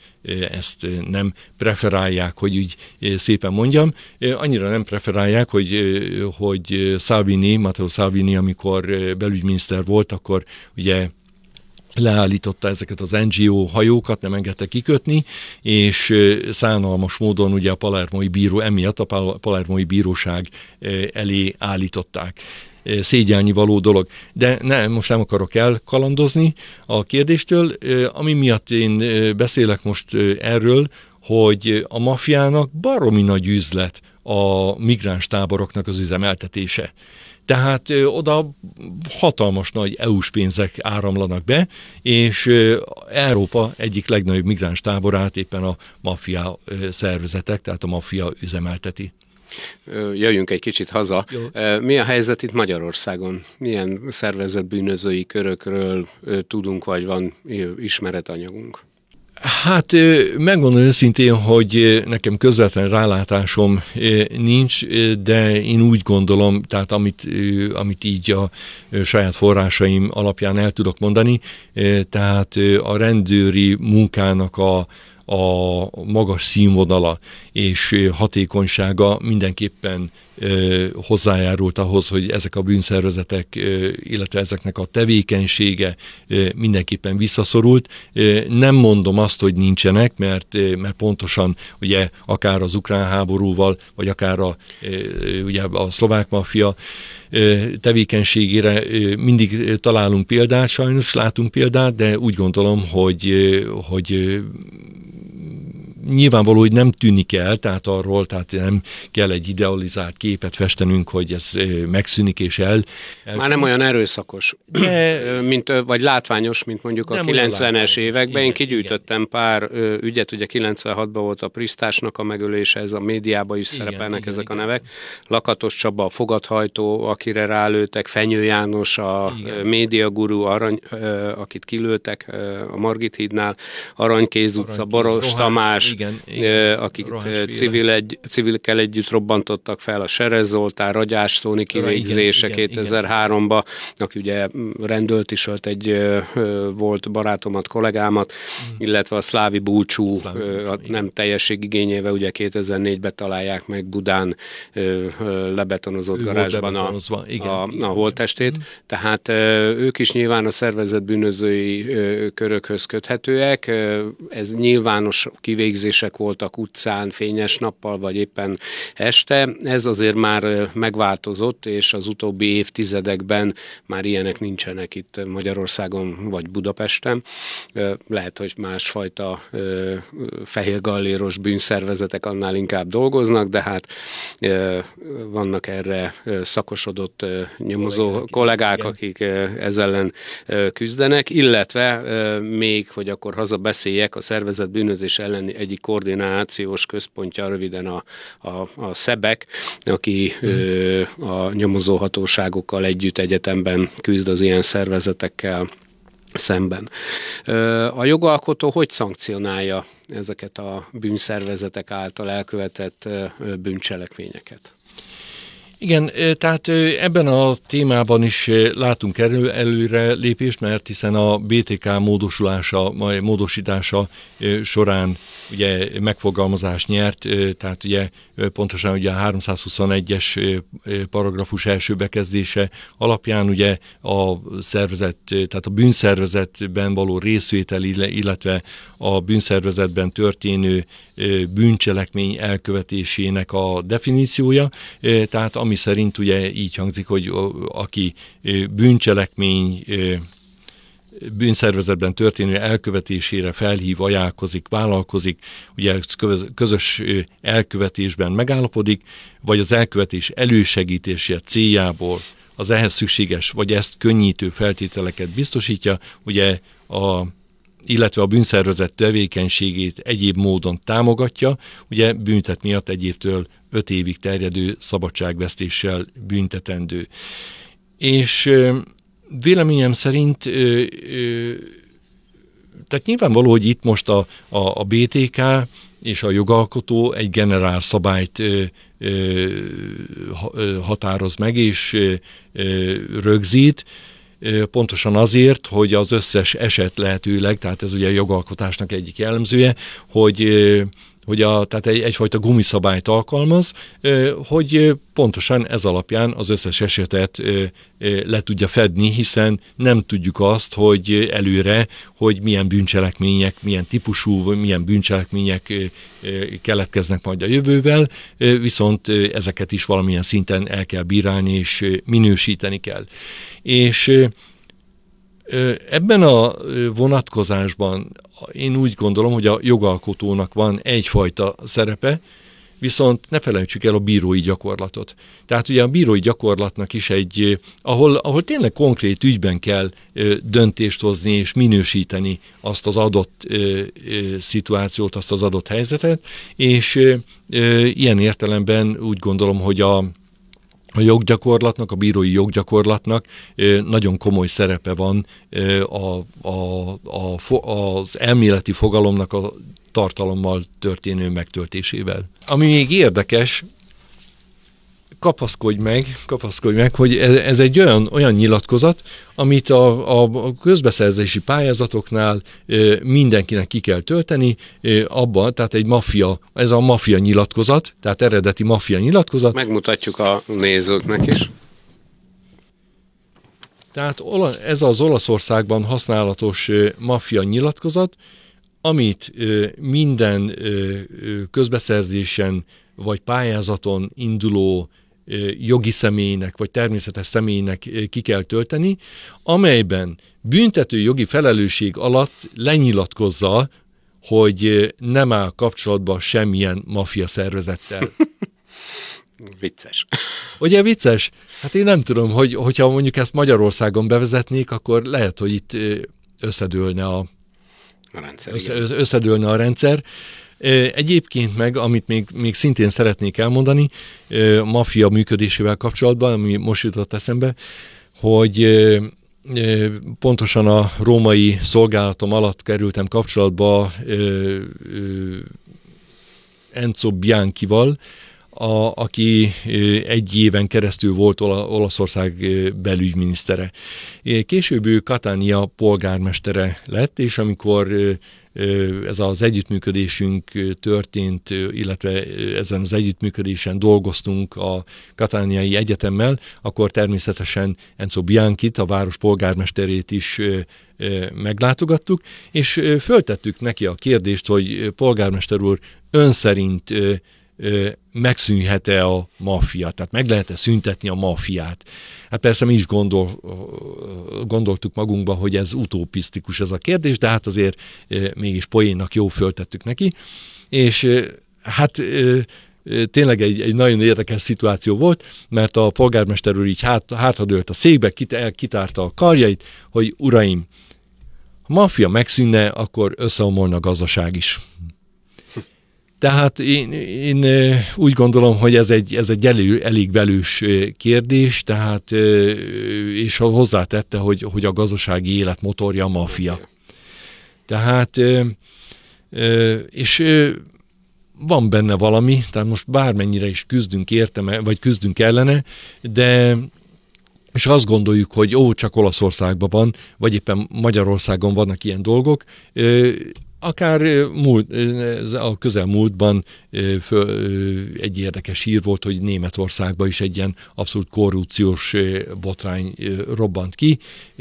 ezt nem preferálják, hogy úgy szépen mondjam. Annyira nem preferálják, hogy, hogy Salvini, Matteo Salvini, amikor belügyminiszter volt, akkor ugye leállította ezeket az en gé o hajókat, nem engedte kikötni, és szánalmas módon ugye a palermói bíró, emiatt a palermói bíróság elé állították. Szégyelni való dolog. De nem, most nem akarok elkalandozni a kérdéstől. Ami miatt én beszélek most erről, hogy a maffiának baromi nagy üzlet a migráns táboroknak az üzemeltetése. Tehát ö, oda hatalmas nagy é u-s pénzek áramlanak be, és ö, Európa egyik legnagyobb migráns táborát éppen a maffia ö, szervezetek, tehát a maffia üzemelteti. Jöjjünk egy kicsit haza. Jó. Mi a helyzet itt Magyarországon? Milyen szervezett bűnözői körökről tudunk, vagy van ismeretanyagunk? Hát megmondom őszintén, hogy nekem közvetlen rálátásom nincs, de én úgy gondolom, tehát amit, amit így a saját forrásaim alapján el tudok mondani, tehát a rendőri munkának a a magas színvonala és hatékonysága mindenképpen hozzájárult ahhoz, hogy ezek a bűnszervezetek, illetve ezeknek a tevékenysége mindenképpen visszaszorult. Nem mondom azt, hogy nincsenek, mert, mert pontosan ugye akár az ukrán háborúval, vagy akár a, ugye a szlovák maffia tevékenységére mindig találunk példát, sajnos látunk példát, de úgy gondolom, hogy, hogy nyilvánvaló, hogy nem tűnik el, tehát arról, tehát nem kell egy idealizált képet festenünk, hogy ez megszűnik és el. el Már nem olyan erőszakos, de, mint, vagy látványos, mint mondjuk a kilencvenes években. Igen, én kigyűjtöttem igen. pár ügyet, ugye kilencvenhatban volt a Prisztásnak a megölése, ez a médiában is igen, szerepelnek igen, ezek igen. a nevek. Lakatos Csaba, a fogadhajtó, akire rálőttek, Fenyő János, a igen. médiaguru, arany, akit kilőttek a Margit hídnál, Aranykéz utca, Boros Tamás, igen, igen, akik civil egy, civilkel együtt robbantottak fel, a Serez Zoltán, Ragyás Tóni kivégzése kétezer-háromban, aki ugye rendőrt is ölt egy volt barátomat, kollégámat, mm. illetve a Szlávi Bulcsú a nem teljesség igényével ugye kétezer-négyben találják meg Budán lebetonozott ő garázsban a, a, a holttestét. Mm. Tehát ők is nyilván a szervezett bűnözői körökhöz köthetőek. Ez nyilvános kivégzések voltak utcán, fényes nappal, vagy éppen este. Ez azért már megváltozott, és az utóbbi évtizedekben már ilyenek nincsenek itt Magyarországon, vagy Budapesten. Lehet, hogy másfajta fehér galléros bűnszervezetek annál inkább dolgoznak, de hát vannak erre szakosodott nyomozó kollégák, akik ez ellen küzdenek, illetve még, hogy akkor haza beszéljek, a szervezett bűnözés elleni egy egyik koordinációs központja, röviden a, a, a szebek, aki ö, a nyomozóhatóságokkal együtt egyetemben küzd az ilyen szervezetekkel szemben. A jogalkotó hogy szankcionálja ezeket a bűnszervezetek által elkövetett bűncselekményeket? Igen, tehát ebben a témában is látunk elő, előre lépést, mert hiszen a bé té ká módosulása, módosítása során ugye megfogalmazás nyert, tehát ugye pontosan ugye a háromszázhuszonegyes paragrafus első bekezdése alapján ugye a szervezet, tehát a bűnszervezetben való részvétel, illetve a bűnszervezetben történő bűncselekmény elkövetésének a definíciója, tehát ami szerint ugye így hangzik, hogy aki bűncselekmény, bűnszervezetben történő elkövetésére felhív, ajánlkozik, vállalkozik, ugye közös elkövetésben megállapodik, vagy az elkövetés elősegítése céljából az ehhez szükséges, vagy ezt könnyítő feltételeket biztosítja, ugye a illetve a bűnszervezet tevékenységét egyéb módon támogatja, ugye büntet miatt egy évtől öt évig terjedő szabadságvesztéssel büntetendő. És véleményem szerint, tehát nyilvánvaló, hogy itt most a, a, a bé té ká és a jogalkotó egy generál szabályt ö, ö, határoz meg és ö, rögzít, pontosan azért, hogy az összes eset lehetőleg, tehát ez ugye a jogalkotásnak egyik jellemzője, hogy, hogy a, tehát egy, egyfajta gumiszabályt alkalmaz, hogy pontosan ez alapján az összes esetet le tudja fedni, hiszen nem tudjuk azt, hogy előre, hogy milyen bűncselekmények, milyen típusú, milyen bűncselekmények keletkeznek majd a jövővel, viszont ezeket is valamilyen szinten el kell bírálni és minősíteni kell. És ebben a vonatkozásban én úgy gondolom, hogy a jogalkotónak van egyfajta szerepe, viszont ne felejtsük el a bírói gyakorlatot. Tehát ugye a bírói gyakorlatnak is egy, ahol, ahol tényleg konkrét ügyben kell ö, döntést hozni és minősíteni azt az adott ö, ö, szituációt, azt az adott helyzetet, és ö, ö, ilyen értelemben úgy gondolom, hogy a A joggyakorlatnak, a bírói joggyakorlatnak nagyon komoly szerepe van a, a, a, az elméleti fogalomnak a tartalommal történő megtöltésével. Ami még érdekes, kapaszkodj meg, kapaszkodj meg, hogy ez, ez egy olyan, olyan nyilatkozat, amit a, a közbeszerzési pályázatoknál mindenkinek ki kell tölteni, abban, tehát egy maffia, ez a maffia nyilatkozat, tehát eredeti maffia nyilatkozat. Megmutatjuk a nézőknek is. Tehát ez az Olaszországban használatos maffia nyilatkozat, amit minden közbeszerzésen vagy pályázaton induló jogi személynek vagy természetes személynek ki kell tölteni, amelyben büntető jogi felelősség alatt lenyilatkozza, hogy nem áll kapcsolatban semmilyen maffia szervezettel. Vicces. Ugye vicces? Hát én nem tudom, hogy, hogyha mondjuk ezt Magyarországon bevezetnék, akkor lehet, hogy itt összedőlne a, a rendszer. Össze, összedőlne a rendszer. Egyébként meg, amit még, még szintén szeretnék elmondani, a maffia működésével kapcsolatban, ami most jutott eszembe, hogy pontosan a római szolgálatom alatt kerültem kapcsolatba Enzo Bianchival, A, aki egy éven keresztül volt Olaszország belügyminisztere. Később ő Catania polgármestere lett, és amikor ez az együttműködésünk történt, illetve ezen az együttműködésen dolgoztunk a Cataniai Egyetemmel, akkor természetesen Enzo Bianchit, a város polgármesterét is meglátogattuk, és föltettük neki a kérdést, hogy polgármester úr, ön szerint megszűnhet-e a maffia, tehát meg lehet-e szüntetni a maffiát. Hát persze mi is gondol, gondoltuk magunkba, hogy ez utopisztikus ez a kérdés, de hát azért mégis poénnak jó föltettük neki, és hát tényleg egy, egy nagyon érdekes szituáció volt, mert a polgármester úr így hát, hátradőlt a székbe, kitárta a karjait, hogy uraim, ha a maffia megszűnne, akkor összeomolna a gazdaság is. Tehát én, én úgy gondolom, hogy ez egy, ez egy elő, elég velős kérdés, tehát, és hozzátette, hogy, hogy a gazdasági élet motorja a maffia. Tehát, és van benne valami, tehát most bármennyire is küzdünk érte, vagy küzdünk ellene, de és azt gondoljuk, hogy ó, csak Olaszországban van, vagy éppen Magyarországon vannak ilyen dolgok, akár múlt, a közelmúltban egy érdekes hír volt, hogy Németországban is egy ilyen abszolút korrupciós botrány robbant ki,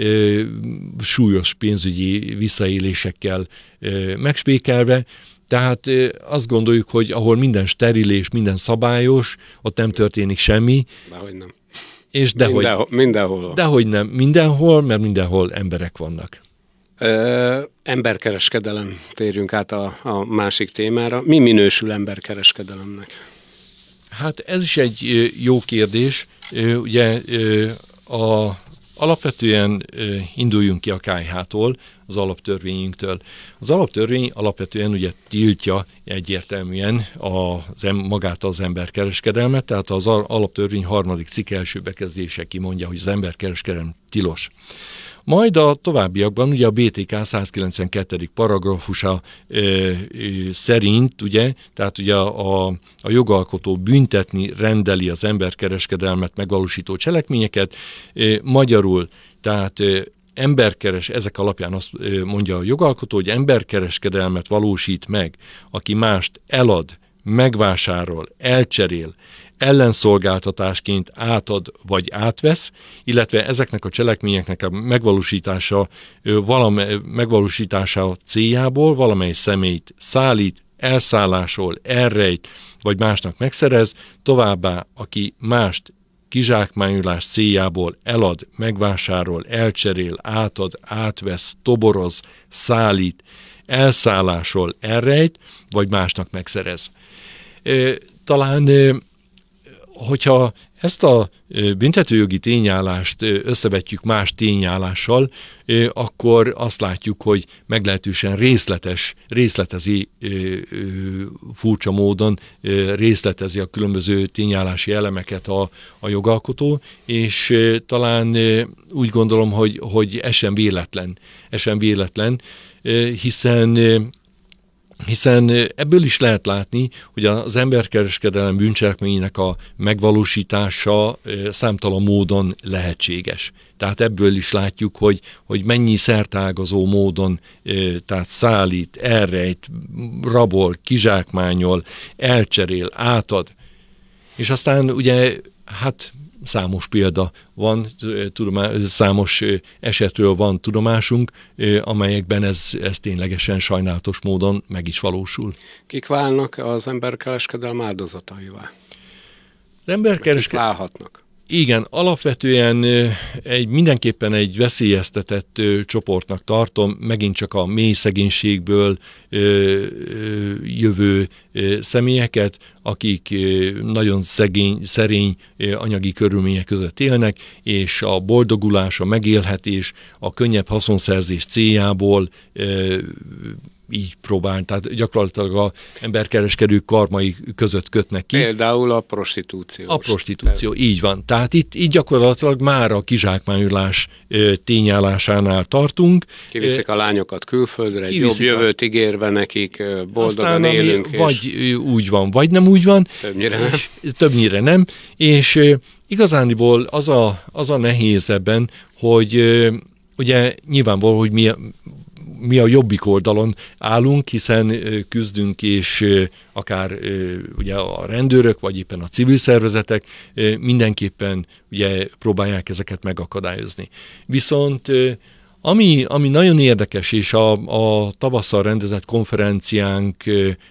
súlyos pénzügyi visszaélésekkel megspékelve. Tehát azt gondoljuk, hogy ahol minden steril és minden szabályos, ott nem történik semmi. Dehogy nem. És dehogy, mindenhol. Mindenhol. Dehogy nem. Mindenhol, mert mindenhol emberek vannak. Ö, emberkereskedelem, térjünk át a, a másik témára. Mi minősül emberkereskedelemnek? Hát ez is egy jó kérdés. Ugye a, alapvetően induljunk ki a ká i há-tól, az alaptörvényünktől. Az alaptörvény alapvetően ugye tiltja egyértelműen az, magát az emberkereskedelmet, tehát az alaptörvény harmadik cikk első bekezdése kimondja, hogy az emberkereskedelem tilos. Majd a továbbiakban ugye a bé té ká százkilencvenkettő paragrafusa ö, ö, szerint, ugye, tehát ugye a, a jogalkotó büntetni rendeli az emberkereskedelmet megvalósító cselekményeket, ö, magyarul, tehát ö, emberkeres, ezek alapján azt ö, mondja a jogalkotó, hogy emberkereskedelmet valósít meg, aki mást elad, megvásárol, elcserél, ellenszolgáltatásként átad vagy átvesz, illetve ezeknek a cselekményeknek a megvalósítása, valame, megvalósítása céljából valamely személyt szállít, elszállásol, elrejt, vagy másnak megszerez, továbbá, aki mást kizsákmányolás céljából elad, megvásárol, elcserél, átad, átvesz, toboroz, szállít, elszállásol, elrejt, vagy másnak megszerez. Talán hogyha ezt a büntetőjogi tényállást összevetjük más tényállással, akkor azt látjuk, hogy meglehetősen részletes, részletezi furcsa módon, részletezi a különböző tényállási elemeket a, a jogalkotó, és talán úgy gondolom, hogy, hogy ez sem véletlen, ez sem véletlen, hiszen Hiszen ebből is lehet látni, hogy az emberkereskedelem bűncselekményének a megvalósítása számtalan módon lehetséges. Tehát ebből is látjuk, hogy, hogy mennyi szertágazó módon tehát szállít, elrejt, rabol, kizsákmányol, elcserél, átad. És aztán ugye, hát számos példa van, tudomá, számos esetről van tudomásunk, amelyekben ez, ez ténylegesen sajnálatos módon meg is valósul. Kik válnak az emberkereskedelem áldozataivá? Az emberkereskedelem... válhatnak? Igen, alapvetően egy, mindenképpen egy veszélyeztetett csoportnak tartom, megint csak a mély szegénységből jövő személyeket, akik nagyon szegény, szerény anyagi körülmények között élnek, és a boldogulás, a megélhetés, a könnyebb haszonszerzés céljából így próbál, tehát gyakorlatilag az emberkereskedők karmai között kötnek ki. Például a prostitúció. A prostitúció, így van. Tehát itt így gyakorlatilag már a kizsákmányolás tényállásánál tartunk. Kiviszik a lányokat külföldre, egy jobb jövőt ígérve nekik, boldogan aztán, élünk. És... Vagy úgy van, vagy nem úgy van. Többnyire nem. Többnyire nem. És igazániból az a, az a nehéz ebben, hogy ugye nyilvánvaló, hogy mi mi a jobbik oldalon állunk, hiszen küzdünk, és akár ugye a rendőrök, vagy éppen a civil szervezetek mindenképpen ugye próbálják ezeket megakadályozni. Viszont ami, ami nagyon érdekes, és a, a tavasszal rendezett konferenciánk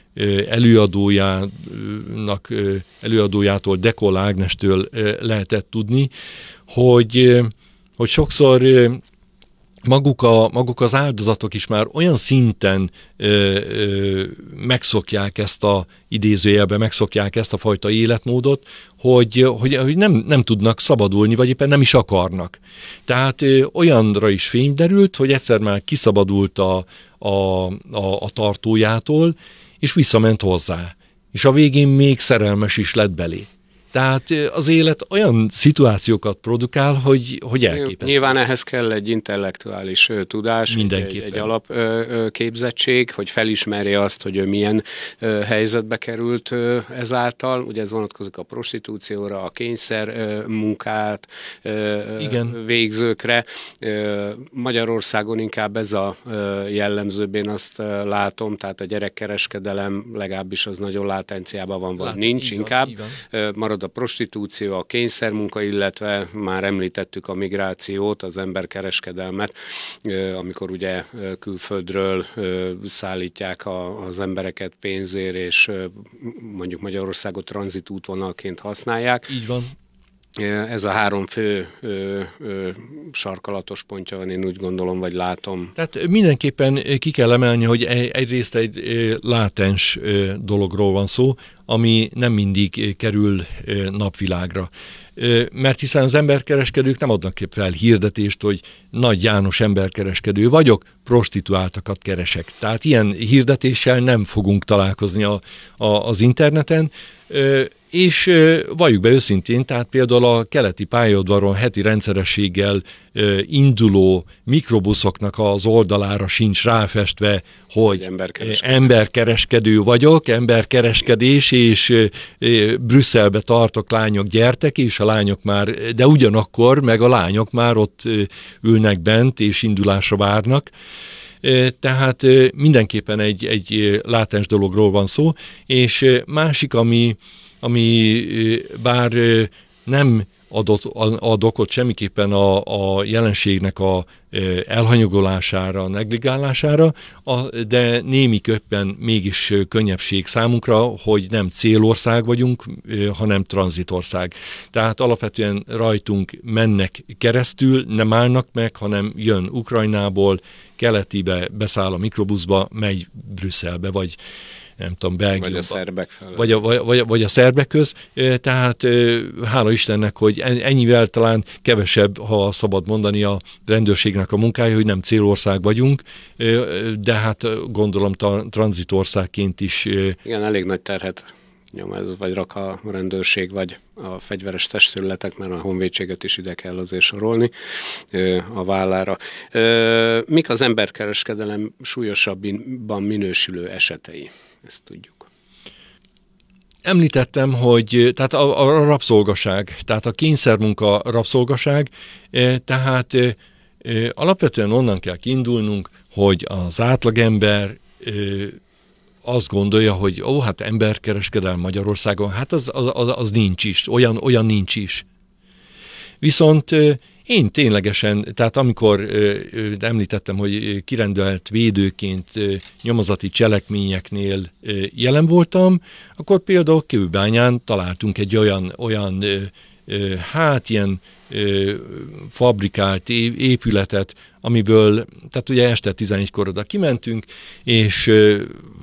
előadójának, előadójától, Dekol Ágnestől lehetett tudni, hogy, hogy sokszor Maguk, a, maguk az áldozatok is már olyan szinten ö, ö, megszokják ezt a idézőjelben, megszokják ezt a fajta életmódot, hogy, hogy, hogy nem, nem tudnak szabadulni, vagy éppen nem is akarnak. Tehát ö, olyanra is fény derült, hogy egyszer már kiszabadult a, a, a, a tartójától, és visszament hozzá. és a végén még szerelmes is lett belé. Tehát az élet olyan szituációkat produkál, hogy, hogy elképesztő. Nyilván ehhez kell egy intellektuális tudás, egy, egy alapképzettség, hogy felismerje azt, hogy ő milyen helyzetbe került ezáltal. Ugye ez vonatkozik a prostitúcióra, a kényszer munkát Igen. végzőkre. Magyarországon inkább ez a jellemzőbb, én azt látom, tehát a gyerekkereskedelem legalábbis az nagyon látenciában van, vagy Lát, nincs így inkább. Van, marad a prostitúció, a kényszermunka, illetve már említettük a migrációt, az emberkereskedelmet, amikor ugye külföldről szállítják az embereket pénzért, és mondjuk Magyarországot tranzitútvonalként használják. Így van. Ez a három fő ö, ö, sarkalatos pontja van, én úgy gondolom, vagy látom. Tehát mindenképpen ki kell emelni, hogy egyrészt egy látens dologról van szó, ami nem mindig kerül napvilágra. Mert hiszen az emberkereskedők nem adnak fel hirdetést, hogy Nagy János emberkereskedő vagyok, prostituáltakat keresek. Tehát ilyen hirdetéssel nem fogunk találkozni a, a, az interneten, és valljuk be őszintén, tehát például a keleti pályaudvaron heti rendszerességgel induló mikrobuszoknak az oldalára sincs ráfestve, hogy emberkereskedő, emberkereskedő vagyok, emberkereskedés, és Brüsszelbe tartok, lányok, gyertek, és a lányok már, de ugyanakkor meg a lányok már ott ülnek bent, és indulásra várnak. Tehát mindenképpen egy, egy látens dologról van szó, és másik, ami ami bár nem adott, ad okot semmiképpen a, a jelenségnek a elhanyagolására, a negligálására, de némiképpen mégis könnyebbség számunkra, hogy nem célország vagyunk, hanem tranzitország. Tehát alapvetően rajtunk mennek keresztül, nem állnak meg, hanem jön Ukrajnából, keletibe beszáll a mikrobuszba, megy Brüsszelbe, vagy nem tudom, Belgiumba. Vagy a szerbek fel. Vagy a, vagy, vagy a szerbek köz. Tehát hála Istennek, hogy ennyivel talán kevesebb, ha szabad mondani, a rendőrségnek a munkája, hogy nem célország vagyunk, de hát gondolom tranzitországként is. Igen, elég nagy terhet nyom ez, vagy rak a rendőrség, vagy a fegyveres testületek, mert a honvédséget is ide kell azért sorolni a vállára. Mik az emberkereskedelem súlyosabban minősülő esetei? Ezt tudjuk. Említettem, hogy tehát a, a rabszolgaság, tehát a kényszermunka rabszolgaság, tehát alapvetően onnan kell kiindulnunk, hogy az átlagember azt gondolja, hogy ó, hát emberkereskedelem Magyarországon, hát az, az, az nincs is, olyan, olyan nincs is. Viszont én ténylegesen, tehát amikor ö, ö, említettem, hogy kirendelt védőként ö, nyomozati cselekményeknél ö, jelen voltam, akkor például Kőbányán találtunk egy olyan, olyan ö, ö, hát ilyen ö, fabrikált épületet, amiből, tehát ugye este tizenegykor oda kimentünk, és ö,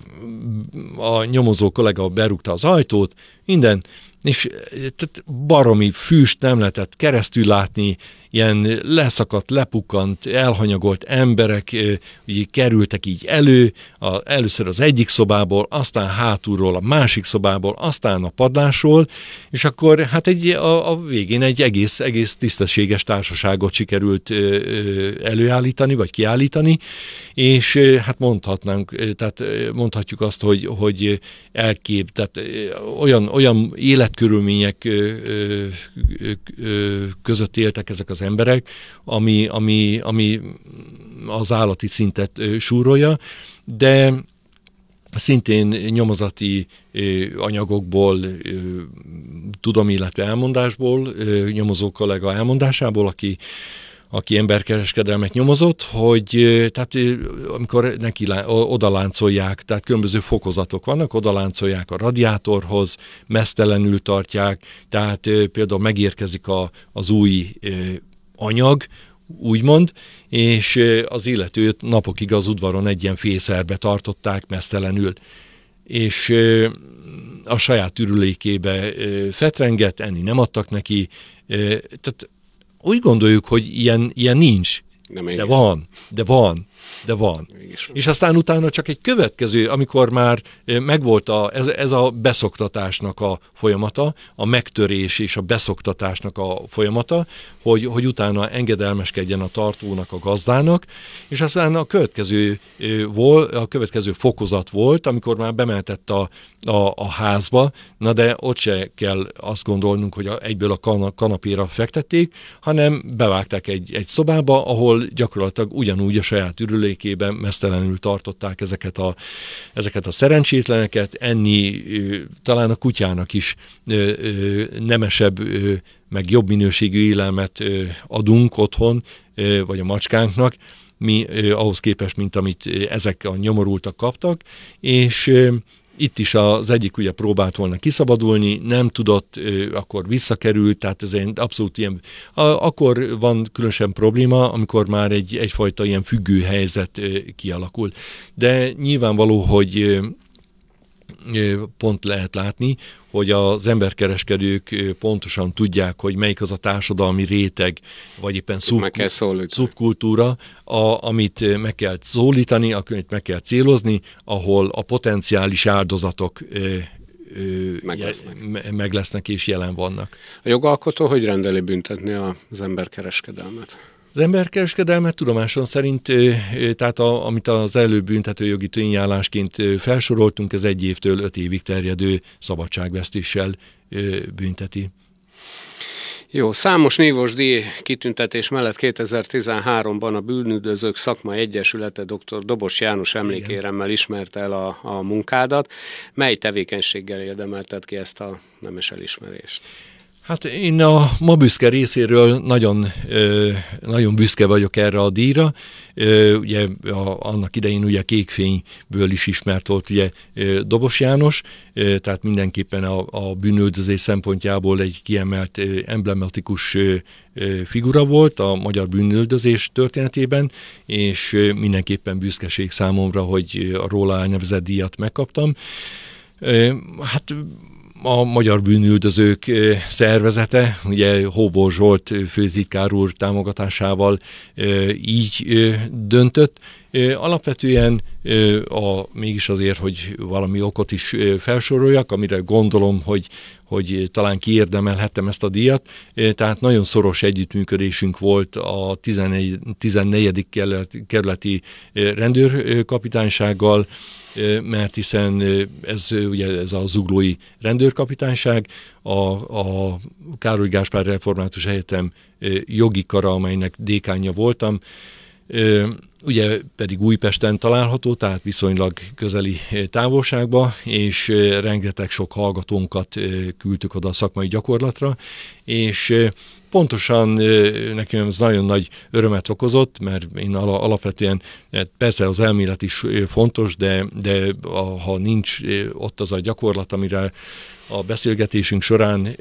a nyomozó kollega berúgta az ajtót, minden, és tehát baromi füst nem lehetett keresztül látni, ilyen leszakadt, lepukkant, elhanyagolt emberek ugye, kerültek így elő, a, először az egyik szobából, aztán hátulról a másik szobából, aztán a padlásról, és akkor hát egy, a, a végén egy egész, egész tisztességes társaságot sikerült ö, ö, előállítani, vagy kiállítani, és ö, hát mondhatnánk, tehát mondhatjuk azt, hogy, hogy elkép, tehát olyan, olyan életkörülmények ö, ö, ö, között éltek ezek az emberek, ami, ami, ami az állati szintet súrolja, de szintén nyomozati anyagokból tudom, illetve elmondásból, nyomozó kollega elmondásából, aki aki emberkereskedelmet nyomozott, hogy tehát amikor neki odaláncolják, tehát különböző fokozatok vannak, odaláncolják a radiátorhoz, meztelenül tartják, tehát például megérkezik a, az új anyag, úgymond, és az illetőt napokig az udvaron egy ilyen fészerbe tartották meztelenül, és a saját ürülékébe fetrengett, enni nem adtak neki, tehát úgy gondoljuk, hogy ilyen, ilyen nincs, de van, de van. de van. És aztán utána csak egy következő, amikor már megvolt a, ez, ez a beszoktatásnak a folyamata, a megtörés és a beszoktatásnak a folyamata, hogy, hogy utána engedelmeskedjen a tartónak, a gazdának, és aztán a következő, volt, a következő fokozat volt, amikor már bemeltett a, a, a házba, na de ott se kell azt gondolnunk, hogy egyből a kan- kanapéra fektették, hanem bevágták egy, egy szobába, ahol gyakorlatilag ugyanúgy a saját ürülékében meztelenül tartották ezeket a, ezeket a szerencsétleneket, enni talán a kutyának is nemesebb, meg jobb minőségű élelmet adunk otthon, vagy a macskánknak, mi ahhoz képest, mint amit ezek a nyomorultak kaptak, és itt is az egyik ugye próbált volna kiszabadulni, nem tudott, akkor visszakerült, tehát ez egy abszolút ilyen, akkor van különösen probléma, amikor már egy, egyfajta ilyen függő helyzet kialakul. De nyilvánvaló, hogy pont lehet látni, hogy az emberkereskedők pontosan tudják, hogy melyik az a társadalmi réteg, vagy éppen szub, szubkultúra, a, amit meg kell szólítani, amit meg kell célozni, ahol a potenciális áldozatok meg lesznek. Je, meg lesznek és jelen vannak. A jogalkotó hogy rendeli büntetni az emberkereskedelmet? Az emberkereskedelmet tudomásom szerint, tehát a, amit az előbb büntetőjogi tényállásként felsoroltunk, ez egy évtől öt évig terjedő szabadságvesztéssel bünteti. Jó, számos nívós díj kitüntetés mellett kétezer-tizenháromban a Bűnüldözők Szakmai Egyesülete dr. Dobos János emlékéremmel ismerte el a, a munkádat. Mely tevékenységgel érdemelted ki ezt a nemes elismerést? Hát én a ma büszke részéről nagyon, nagyon büszke vagyok erre a díjra. Ugye a, annak idején ugye Kékfényből is ismert volt ugye Dobos János, tehát mindenképpen a, a bűnüldözés szempontjából egy kiemelt emblematikus figura volt a magyar bűnüldözés történetében, és mindenképpen büszkeség számomra, hogy a róla elnevezett díjat megkaptam. Hát a Magyar Bűnüldözők szervezete, ugye Hóbor Zsolt főtitkár úr támogatásával így döntött. Alapvetően a, mégis azért, hogy valami okot is felsoroljak, amire gondolom, hogy, hogy talán kiérdemelhettem ezt a díjat. Tehát nagyon szoros együttműködésünk volt a tizennegyedik kerületi rendőrkapitánysággal, mert hiszen ez ugye ez a zuglói rendőrkapitányság, a, a Károly Gáspár Református Egyetem jogi kara, amelynek dékánja voltam, ugye pedig Újpesten található, tehát viszonylag közeli távolságba, és rengeteg sok hallgatónkat küldtük oda a szakmai gyakorlatra, és pontosan nekem ez nagyon nagy örömet okozott, mert én alapvetően, persze az elmélet is fontos, de, de ha nincs ott az a gyakorlat, amire a beszélgetésünk során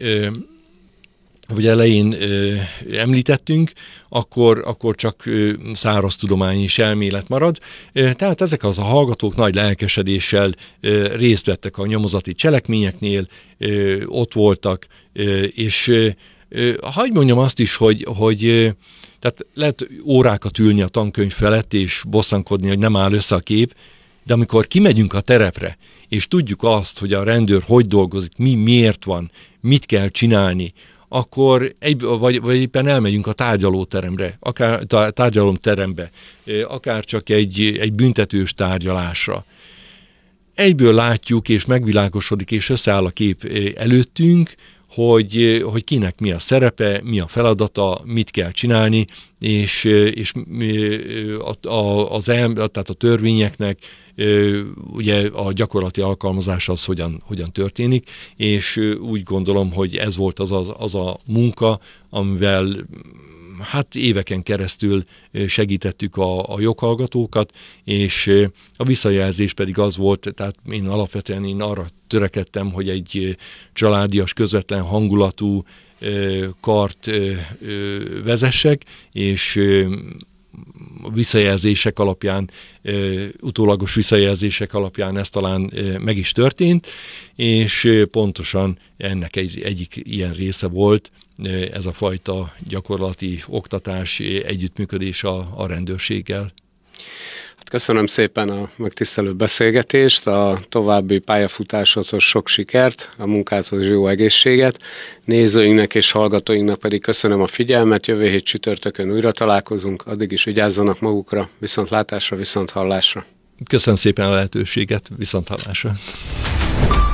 vagy elején ö, említettünk, akkor, akkor akkor ö, száraz tudomány és elmélet marad. Ö, tehát ezek az a hallgatók nagy lelkesedéssel ö, részt vettek a nyomozati cselekményeknél, ö, ott voltak, ö, és ö, ö, hadd mondjam azt is, hogy, hogy ö, tehát lehet órákat ülni a tankönyv felett, és bosszankodni, hogy nem áll össze a kép, de amikor kimegyünk a terepre, és tudjuk azt, hogy a rendőr hogy dolgozik, mi miért van, mit kell csinálni, akkor egy, vagy, vagy éppen elmegyünk a tárgyalóteremre, akár tárgyalomterembe, akár csak egy, egy büntetős tárgyalásra. Egyből látjuk, és megvilágosodik, és összeáll a kép előttünk, hogy, hogy kinek mi a szerepe, mi a feladata, mit kell csinálni, és, és a, a, az el, tehát a törvényeknek ugye a gyakorlati alkalmazása az hogyan, hogyan történik, és úgy gondolom, hogy ez volt az a, az a munka, amivel hát éveken keresztül segítettük a, a joghallgatókat, és a visszajelzés pedig az volt, tehát én alapvetően én arra törekedtem, hogy egy családias, közvetlen hangulatú kart vezessek, és visszajelzések alapján, utólagos visszajelzések alapján ez talán meg is történt, és pontosan ennek egy, egyik ilyen része volt ez a fajta gyakorlati oktatás, együttműködés a, a rendőrséggel. Köszönöm szépen a megtisztelő beszélgetést, a további pályafutásodhoz sok sikert, a munkádhoz jó egészséget. Nézőinknek és hallgatóinknak pedig köszönöm a figyelmet, jövő hét csütörtökön újra találkozunk, addig is vigyázzanak magukra, viszontlátásra, viszonthallásra. Köszönöm szépen a lehetőséget, viszonthallásra.